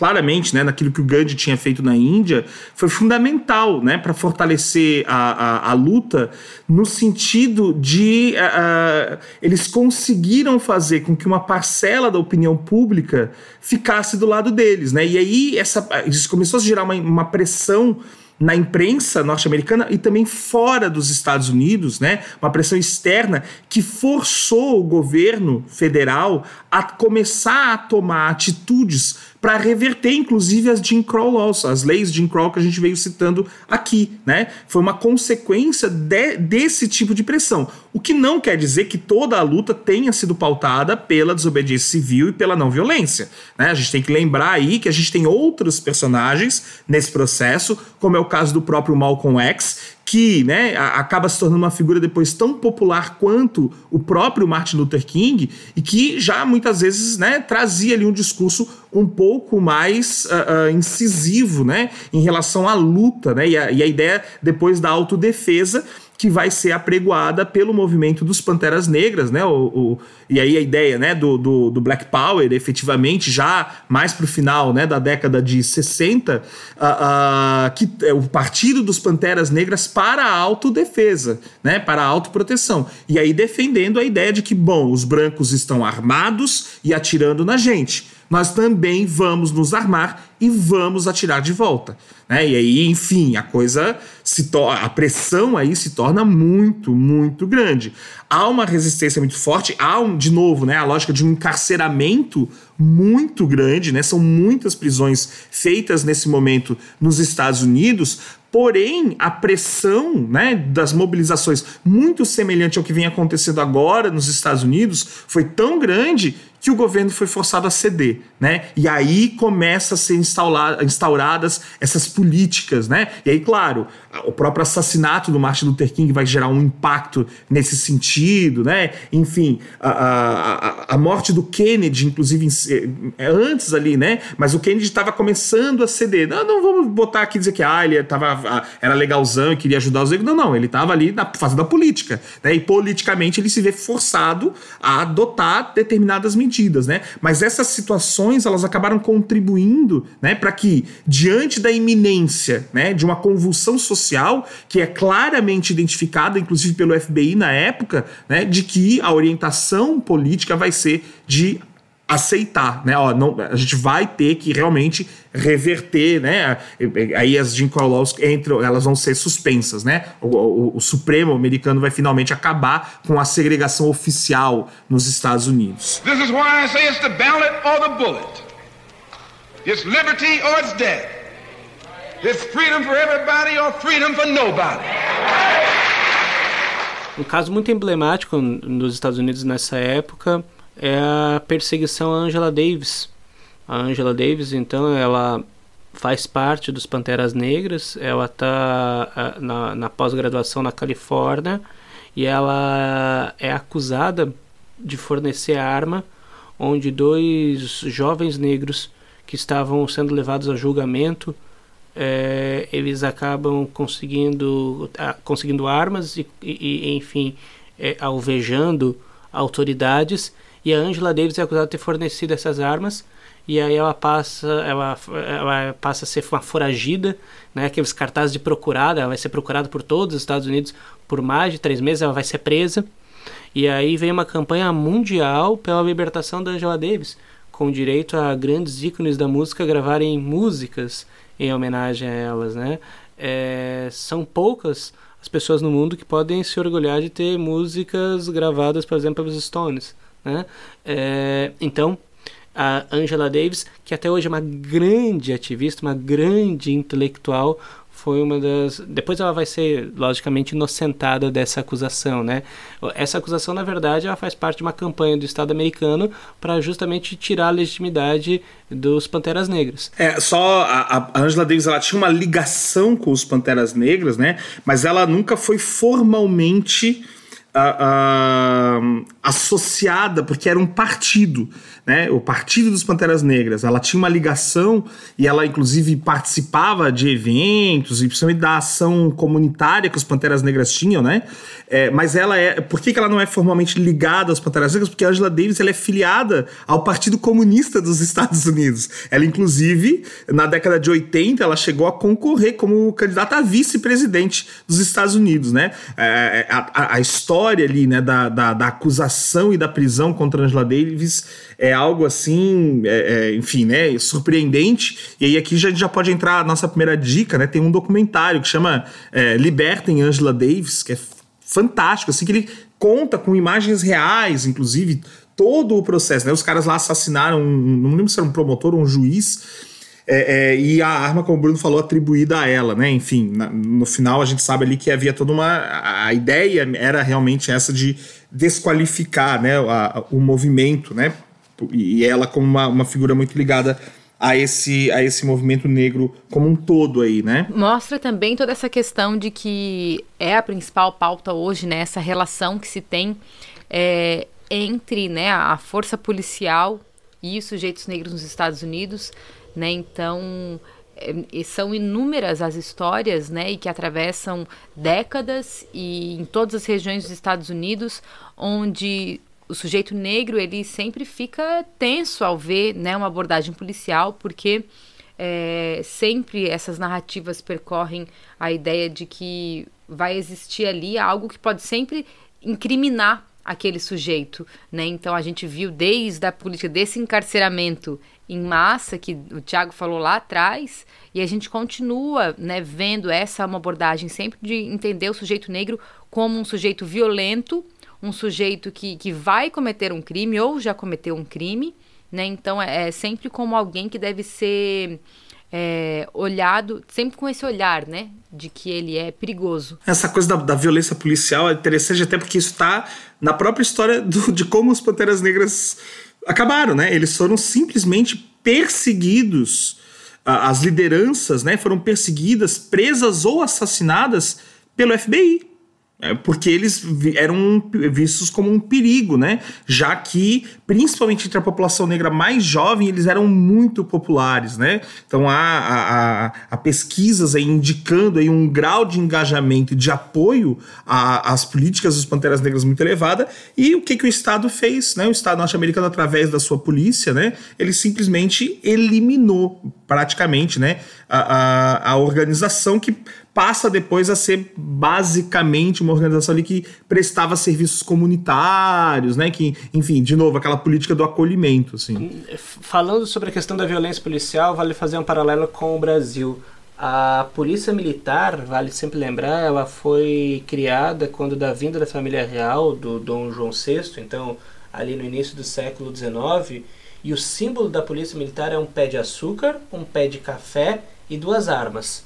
claramente, né, naquilo que o Gandhi tinha feito na Índia, foi fundamental, né, para fortalecer a luta, no sentido de eles conseguiram fazer com que uma parcela da opinião pública ficasse do lado deles, né? E aí isso começou a gerar uma pressão na imprensa norte-americana e também fora dos Estados Unidos, né? Uma pressão externa que forçou o governo federal a começar a tomar atitudes para reverter, inclusive, as Jim Crow Laws, as leis Jim Crow que a gente veio citando aqui, né? Foi uma consequência desse tipo de pressão. O que não quer dizer que toda a luta tenha sido pautada pela desobediência civil e pela não violência, né? A gente tem que lembrar aí que a gente tem outros personagens nesse processo, como é o caso do próprio Malcolm X, que, né, acaba se tornando uma figura depois tão popular quanto o próprio Martin Luther King, e que já muitas vezes, né, trazia ali um discurso um pouco mais incisivo, né, em relação à luta, né, e a ideia depois da autodefesa, que vai ser apregoada pelo movimento dos Panteras Negras, né? E aí a ideia, né, do Black Power, efetivamente, já mais para o final, né, da década de 60, que é o Partido dos Panteras Negras para a autodefesa, né, para a autoproteção. E aí defendendo a ideia de que, bom, os brancos estão armados e atirando na gente. Nós também vamos nos armar e vamos atirar de volta, né? E aí, enfim, a pressão aí se torna muito, muito grande. Há uma resistência muito forte, de novo, né, a lógica de um encarceramento muito grande, né? São muitas prisões feitas nesse momento nos Estados Unidos. Porém, a pressão, né, das mobilizações, muito semelhante ao que vem acontecendo agora nos Estados Unidos, foi tão grande que o governo foi forçado a ceder, né? E aí começa a ser instauradas essas políticas, né? E aí, claro, o próprio assassinato do Martin Luther King vai gerar um impacto nesse sentido, né? Enfim, a morte do Kennedy, inclusive, antes ali, né? Mas o Kennedy estava começando a ceder. Não vamos botar aqui e dizer que ele era legalzão e queria ajudar os negros. Não, ele estava ali fazendo a política, né? E politicamente ele se vê forçado a adotar determinadas medidas, né? Mas essas situações, elas acabaram contribuindo, né, para que, diante da iminência, né, de uma convulsão social, que é claramente identificada, inclusive pelo FBI na época, né, de que a orientação política vai ser de aceitar, né? A gente vai ter que realmente reverter, né? Aí as Jim Crow Laws elas vão ser suspensas, né? O Supremo americano vai finalmente acabar com a segregação oficial nos Estados Unidos. This is why I say it's the ballot or the bullet. It's liberty or it's death. It's freedom for everybody or freedom for nobody. Um caso muito emblemático nos Estados Unidos nessa época é a perseguição à Angela Davis. A Angela Davis, então, ela faz parte dos Panteras Negras, ela está na pós-graduação na Califórnia e ela é acusada de fornecer arma, onde 2 jovens negros que estavam sendo levados a julgamento, eles acabam conseguindo armas e enfim, alvejando autoridades. E a Angela Davis é acusada de ter fornecido essas armas, e aí ela passa a ser uma foragida, né? Aqueles cartazes de procurada, ela vai ser procurada por todos os Estados Unidos por mais de 3 meses, ela vai ser presa, e aí vem uma campanha mundial pela libertação da Angela Davis, com direito a grandes ícones da música gravarem músicas em homenagem a elas, né? São poucas as pessoas no mundo que podem se orgulhar de ter músicas gravadas, por exemplo, pelos Stones, né? Então, a Angela Davis, que até hoje é uma grande ativista, uma grande intelectual, foi uma das... Depois ela vai ser, logicamente, inocentada dessa acusação, né? Essa acusação, na verdade, ela faz parte de uma campanha do Estado americano para justamente tirar a legitimidade dos Panteras Negras. A Angela Davis, ela tinha uma ligação com os Panteras Negras, né? Mas ela nunca foi formalmente associada, porque era um partido, né? O Partido dos Panteras Negras. Ela tinha uma ligação e ela, inclusive, participava de eventos e principalmente da ação comunitária que os Panteras Negras tinham, né? Mas ela por que ela não é formalmente ligada aos Panteras Negras? Porque a Angela Davis ela é filiada ao Partido Comunista dos Estados Unidos. Ela, inclusive, na década de 80, ela chegou a concorrer como candidata a vice-presidente dos Estados Unidos, né? A história ali, né, da acusação e da prisão contra a Angela Davis é algo assim, enfim, né, surpreendente. E aí aqui a gente já pode entrar a nossa primeira dica, né? Tem um documentário que chama Libertem Angela Davis, que é fantástico, assim, que ele conta com imagens reais, inclusive, todo o processo, né? Os caras lá assassinaram, não lembro se era um promotor ou um juiz, e a arma, como o Bruno falou, atribuída a ela, né? Enfim, no final a gente sabe ali que havia toda a ideia era realmente essa de desqualificar, né, o movimento, né? E ela como uma figura muito ligada a esse movimento negro como um todo aí, né? Mostra também toda essa questão de que é a principal pauta hoje, né? Essa relação que se tem entre, né, a força policial e os sujeitos negros nos Estados Unidos, né? Então, são inúmeras as histórias, né, e que atravessam décadas e em todas as regiões dos Estados Unidos, onde o sujeito negro ele sempre fica tenso ao ver, né, uma abordagem policial, porque sempre essas narrativas percorrem a ideia de que vai existir ali algo que pode sempre incriminar aquele sujeito, né? Então a gente viu desde a política desse encarceramento em massa, que o Thiago falou lá atrás, e a gente continua, né, vendo uma abordagem sempre de entender o sujeito negro como um sujeito violento, um sujeito que vai cometer um crime ou já cometeu um crime, né? Então é sempre como alguém que deve ser olhado, sempre com esse olhar, né, de que ele é perigoso. Essa coisa da violência policial é interessante até porque isso está na própria história de como os Panteras Negras acabaram, né? Eles foram simplesmente perseguidos, as lideranças, né, foram perseguidas, presas ou assassinadas pelo FBI. Porque eles eram vistos como um perigo, né? Já que, principalmente entre a população negra mais jovem, eles eram muito populares, né? Então há pesquisas aí indicando aí um grau de engajamento e de apoio às políticas dos Panteras Negras muito elevada. E o que o Estado fez, né? O Estado norte-americano, através da sua polícia, né? Ele simplesmente eliminou praticamente, né, a organização que passa depois a ser basicamente uma organização ali que prestava serviços comunitários, né? Que, enfim, de novo, aquela política do acolhimento, assim. Falando sobre a questão da violência policial, vale fazer um paralelo com o Brasil. A polícia militar, vale sempre lembrar, ela foi criada quando da vinda da família real do Dom João VI, então ali no início do século XIX, e o símbolo da polícia militar é um pé de açúcar, um pé de café e 2 armas.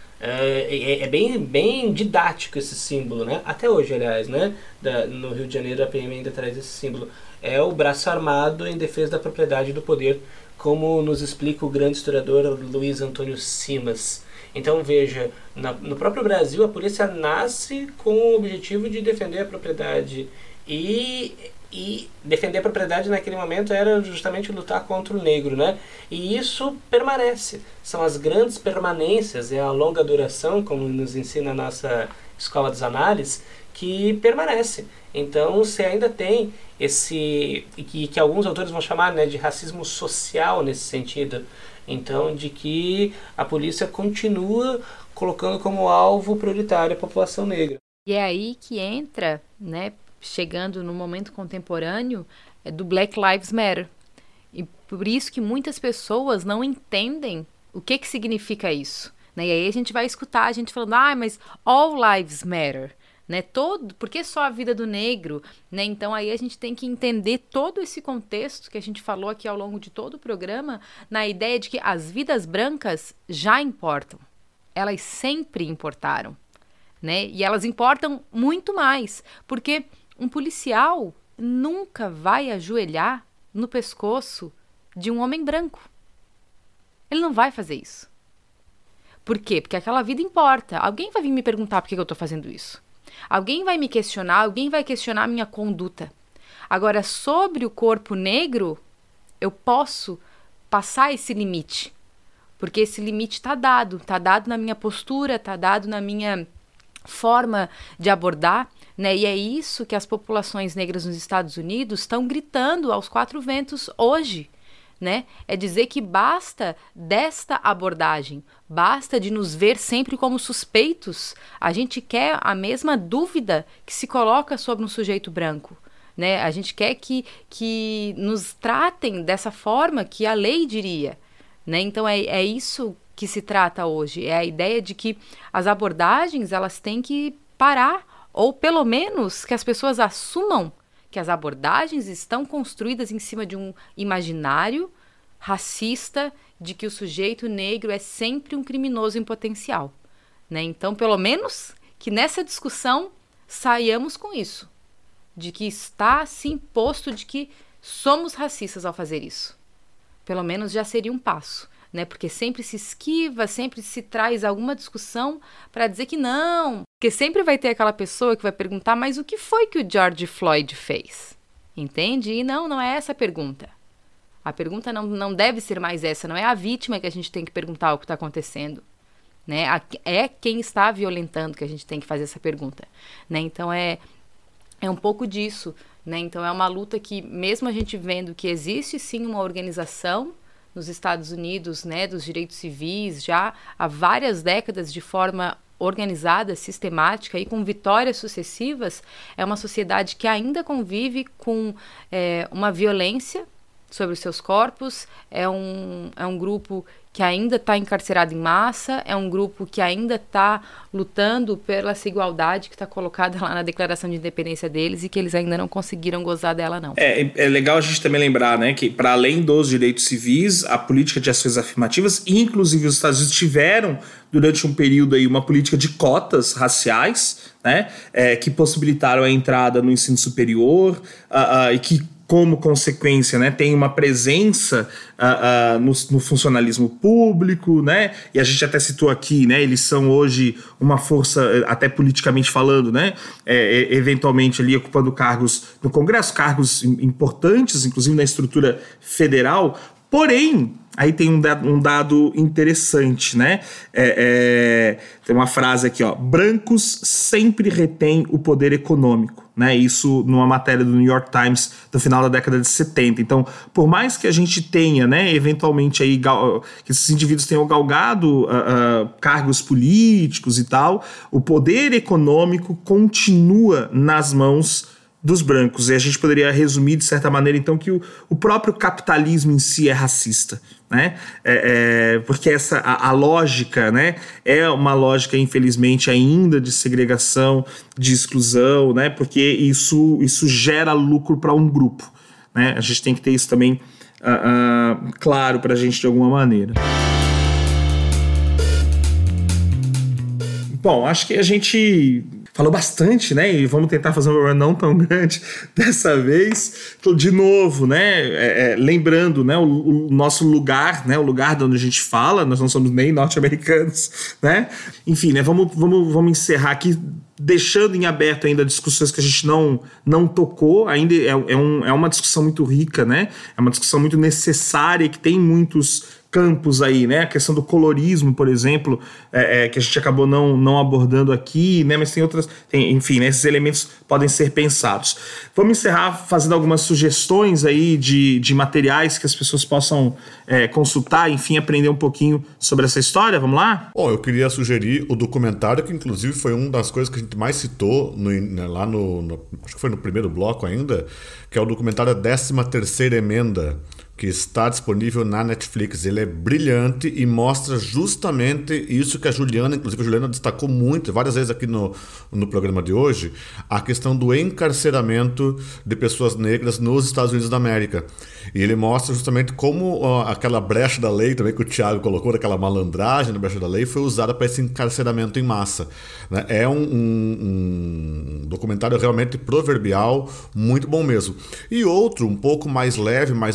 É bem didático esse símbolo, né? Até hoje, aliás, né? No Rio de Janeiro a PM ainda traz esse símbolo. É o braço armado em defesa da propriedade e do poder, como nos explica o grande historiador Luiz Antônio Simas. Então veja, no próprio Brasil a polícia nasce com o objetivo de defender a propriedade e defender a propriedade naquele momento era justamente lutar contra o negro, né? E isso permanece. São as grandes permanências, é a longa duração, como nos ensina a nossa escola das análises, que permanece. Então você ainda tem esse, que alguns autores vão chamar, né, de racismo social nesse sentido. Então, de que a polícia continua colocando como alvo prioritário a população negra. E é aí que entra, né, chegando no momento contemporâneo, do Black Lives Matter. E por isso que muitas pessoas não entendem o que significa isso, né? E aí a gente vai escutar a gente falando, mas all lives matter, né? Por que só a vida do negro, né? Então aí a gente tem que entender todo esse contexto que a gente falou aqui ao longo de todo o programa, na ideia de que as vidas brancas já importam. Elas sempre importaram, né? E elas importam muito mais, porque um policial nunca vai ajoelhar no pescoço de um homem branco. Ele não vai fazer isso. Por quê? Porque aquela vida importa. Alguém vai vir me perguntar por que eu estou fazendo isso. Alguém vai me questionar, alguém vai questionar a minha conduta. Agora, sobre o corpo negro, eu posso passar esse limite, porque esse limite está dado na minha postura, está dado na minha forma de abordar, né? E é isso que as populações negras nos Estados Unidos estão gritando aos quatro ventos hoje, né? É dizer que basta desta abordagem, basta de nos ver sempre como suspeitos. A gente quer a mesma dúvida que se coloca sobre um sujeito branco, né? A gente quer que nos tratem dessa forma que a lei diria, né? Então é isso que se trata hoje, é a ideia de que as abordagens elas têm que parar, ou pelo menos que as pessoas assumam que as abordagens estão construídas em cima de um imaginário racista de que o sujeito negro é sempre um criminoso em potencial, né? Então, pelo menos que nessa discussão saiamos com isso, de que está assim posto de que somos racistas ao fazer isso. Pelo menos já seria um passo, né? Porque sempre se esquiva, sempre se traz alguma discussão para dizer que não. Porque sempre vai ter aquela pessoa que vai perguntar, mas o que foi que o George Floyd fez? Entende? E não é essa a pergunta. A pergunta não deve ser mais essa, não é a vítima que a gente tem que perguntar o que está acontecendo, né? É quem está violentando que a gente tem que fazer essa pergunta, né? Então é um pouco disso, né? Então é uma luta que, mesmo a gente vendo que existe sim uma organização nos Estados Unidos, né, dos direitos civis, já há várias décadas de forma organizada, sistemática e com vitórias sucessivas, é uma sociedade que ainda convive com uma violência sobre os seus corpos, é um grupo que ainda está encarcerado em massa, é um grupo que ainda está lutando pela essa igualdade que está colocada lá na Declaração de Independência deles e que eles ainda não conseguiram gozar dela, não. É legal a gente também lembrar, né, que para além dos direitos civis, a política de ações afirmativas, inclusive os Estados Unidos tiveram, durante um período aí, uma política de cotas raciais, né, que possibilitaram a entrada no ensino superior e que, como consequência, né, tem uma presença no funcionalismo público, né, e a gente até citou aqui, né, eles são hoje uma força, até politicamente falando, né, eventualmente ali ocupando cargos no Congresso, cargos importantes, inclusive na estrutura federal. Porém, aí tem um dado interessante, né? Tem uma frase aqui, ó: brancos sempre retêm o poder econômico, né? Isso numa matéria do New York Times do final da década de 70. Então, por mais que a gente tenha, né, eventualmente aí, que esses indivíduos tenham galgado cargos políticos e tal, o poder econômico continua nas mãos dos brancos. E a gente poderia resumir, de certa maneira, então, que o próprio capitalismo em si é racista, né? Porque a lógica, né, é uma lógica, infelizmente, ainda de segregação, de exclusão, né? Porque isso gera lucro para um grupo, né? A gente tem que ter isso também claro para a gente de alguma maneira. Bom, acho que a gente falou bastante, né? E vamos tentar fazer um programa não tão grande dessa vez. De novo, né? Lembrando, né? O nosso lugar, né? O lugar de onde a gente fala. Nós não somos nem norte-americanos, né? Enfim, né? Vamos encerrar aqui, deixando em aberto ainda discussões que a gente não tocou. Ainda é uma discussão muito rica, né? É uma discussão muito necessária, que tem muitos campos aí, né? A questão do colorismo, por exemplo, que a gente acabou não abordando aqui, né? Mas tem outras, enfim, né? Esses elementos podem ser pensados. Vamos encerrar fazendo algumas sugestões aí de materiais que as pessoas possam consultar, enfim, aprender um pouquinho sobre essa história. Vamos lá? Bom, eu queria sugerir o documentário, que inclusive foi uma das coisas que a gente mais citou lá acho que foi no primeiro bloco ainda, que é o documentário 13ª Emenda, que está disponível na Netflix. Ele é brilhante e mostra justamente isso que a Juliana destacou muito, várias vezes aqui no programa de hoje, a questão do encarceramento de pessoas negras nos Estados Unidos da América. E ele mostra justamente como aquela brecha da lei também que o Thiago colocou, aquela malandragem na brecha da lei, foi usada para esse encarceramento em massa, né? É um documentário realmente proverbial, muito bom mesmo. E outro, um pouco mais leve, mas ainda assim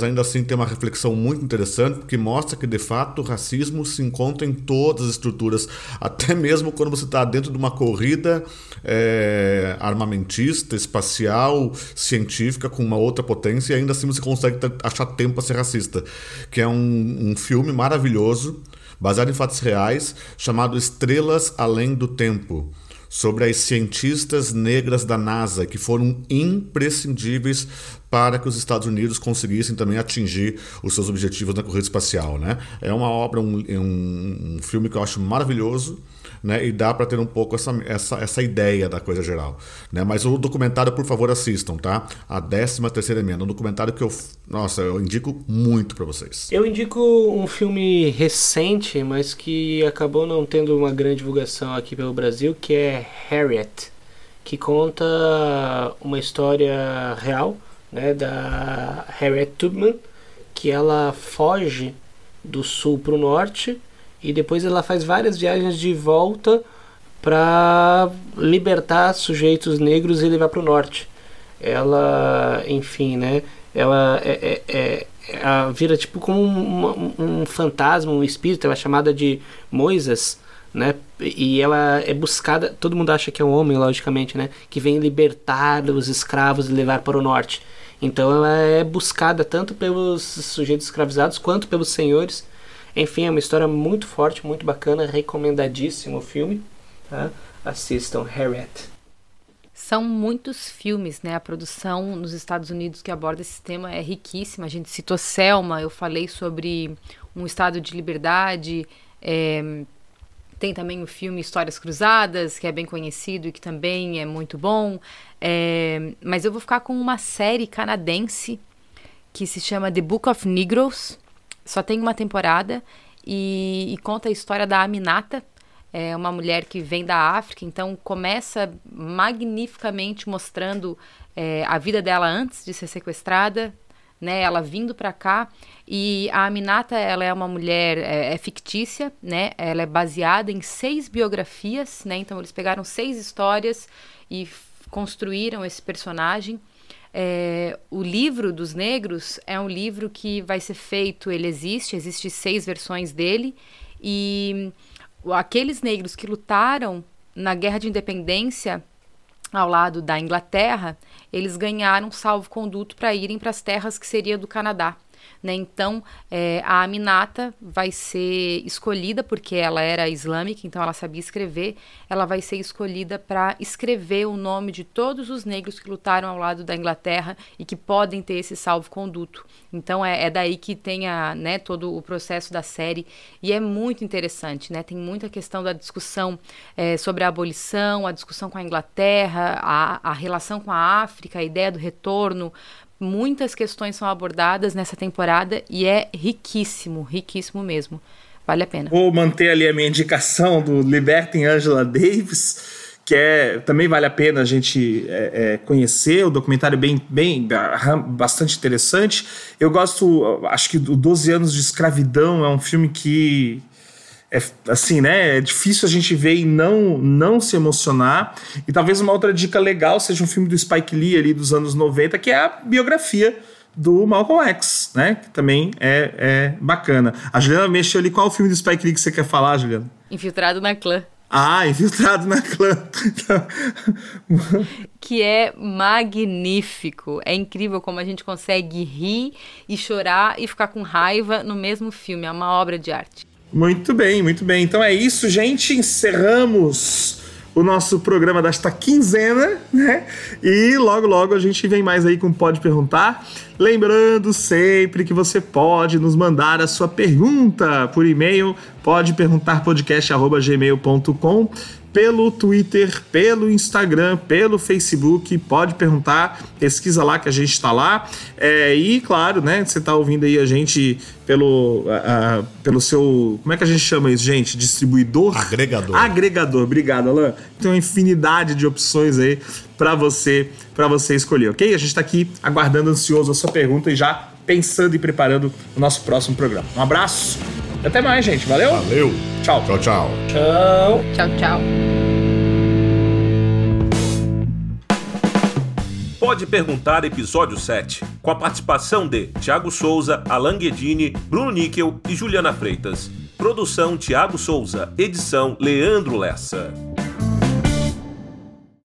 tem uma reflexão muito interessante, que mostra que, de fato, o racismo se encontra em todas as estruturas, até mesmo quando você está dentro de uma corrida armamentista, espacial, científica, com uma outra potência, e ainda assim você consegue achar tempo para ser racista. Que é um filme maravilhoso, baseado em fatos reais, chamado Estrelas Além do Tempo, sobre as cientistas negras da NASA, que foram imprescindíveis para que os Estados Unidos conseguissem também atingir os seus objetivos na corrida espacial, né? É uma obra, um filme que eu acho maravilhoso, né? E dá para ter um pouco essa ideia da coisa geral, né? Mas o documentário, por favor, assistam, tá? A 13ª Emenda, um documentário que eu indico muito para vocês. Eu indico um filme recente, mas que acabou não tendo uma grande divulgação aqui pelo Brasil, que é Harriet, que conta uma história real, né, da Harriet Tubman, que ela foge do sul para o norte e depois ela faz várias viagens de volta para libertar sujeitos negros e levar para o norte. Ela, enfim, né, ela ela vira tipo como um fantasma, um espírito. Ela é chamada de Moisés, né? E ela é buscada, todo mundo acha que é um homem, logicamente, né, que vem libertar os escravos e levar para o norte. Então ela é buscada tanto pelos sujeitos escravizados quanto pelos senhores. Enfim, é uma história muito forte, muito bacana, recomendadíssimo o filme, tá? Assistam Harriet. São muitos filmes, né? A produção nos Estados Unidos que aborda esse tema é riquíssima. A gente citou Selma, eu falei sobre um estado de liberdade. Tem também o filme Histórias Cruzadas, que é bem conhecido e que também é muito bom. Mas eu vou ficar com uma série canadense que se chama The Book of Negroes. Só tem uma temporada e conta a história da Aminata. É uma mulher que vem da África, então começa magnificamente mostrando a vida dela antes de ser sequestrada, né, ela vindo para cá. E a Aminata, ela é uma mulher fictícia, né, ela é baseada em 6 biografias, né, então eles pegaram 6 histórias e construíram esse personagem. O livro dos negros é um livro que vai ser feito, ele existe 6 versões dele, e aqueles negros que lutaram na Guerra de Independência ao lado da Inglaterra, eles ganharam salvo-conduto para irem para as terras que seria do Canadá, né? Então, a Aminata vai ser escolhida, porque ela era islâmica, então ela sabia escrever, ela vai ser escolhida para escrever o nome de todos os negros que lutaram ao lado da Inglaterra e que podem ter esse salvo-conduto. Então, é daí que tem né, todo o processo da série, e é muito interessante, né? Tem muita questão da discussão sobre a abolição, a discussão com a Inglaterra, a relação com a África, a ideia do retorno. Muitas questões são abordadas nessa temporada e é riquíssimo, riquíssimo mesmo. Vale a pena. Vou manter ali a minha indicação do Libertem Angela Davis, que também vale a pena a gente conhecer, o documentário bastante interessante. Eu gosto, acho que o 12 Anos de Escravidão é um filme que assim, né, é difícil a gente ver e não se emocionar. E talvez uma outra dica legal seja um filme do Spike Lee ali dos anos 90, que é a biografia do Malcolm X, né, que também é bacana. A Juliana mexeu ali. Qual é o filme do Spike Lee que você quer falar, Juliana? Infiltrado na Clã. Ah, Infiltrado na Clã. Que é magnífico. É incrível como a gente consegue rir e chorar e ficar com raiva no mesmo filme. É uma obra de arte. Muito bem, muito bem. Então é isso, gente. Encerramos o nosso programa desta quinzena, né? E logo a gente vem mais aí com Pode Perguntar. Lembrando sempre que você pode nos mandar a sua pergunta por e-mail, podeperguntarpodcast@gmail.com, pelo Twitter, pelo Instagram, pelo Facebook. Pode perguntar, pesquisa lá que a gente está lá. E claro, né, você está ouvindo aí a gente pelo seu... Como é que a gente chama isso, gente? Distribuidor? Agregador, obrigado, Alan. Tem uma infinidade de opções aí para você escolher, ok? A gente está aqui aguardando ansioso a sua pergunta e já pensando e preparando o nosso próximo programa. Um abraço, até mais, gente. Valeu? Valeu. Tchau. Tchau, tchau. Tchau. Tchau, tchau. Pode Perguntar, episódio 7, com a participação de Thiago Souza, Alan Guedini, Bruno Níquel e Juliana Freitas. Produção Thiago Souza, edição Leandro Lessa.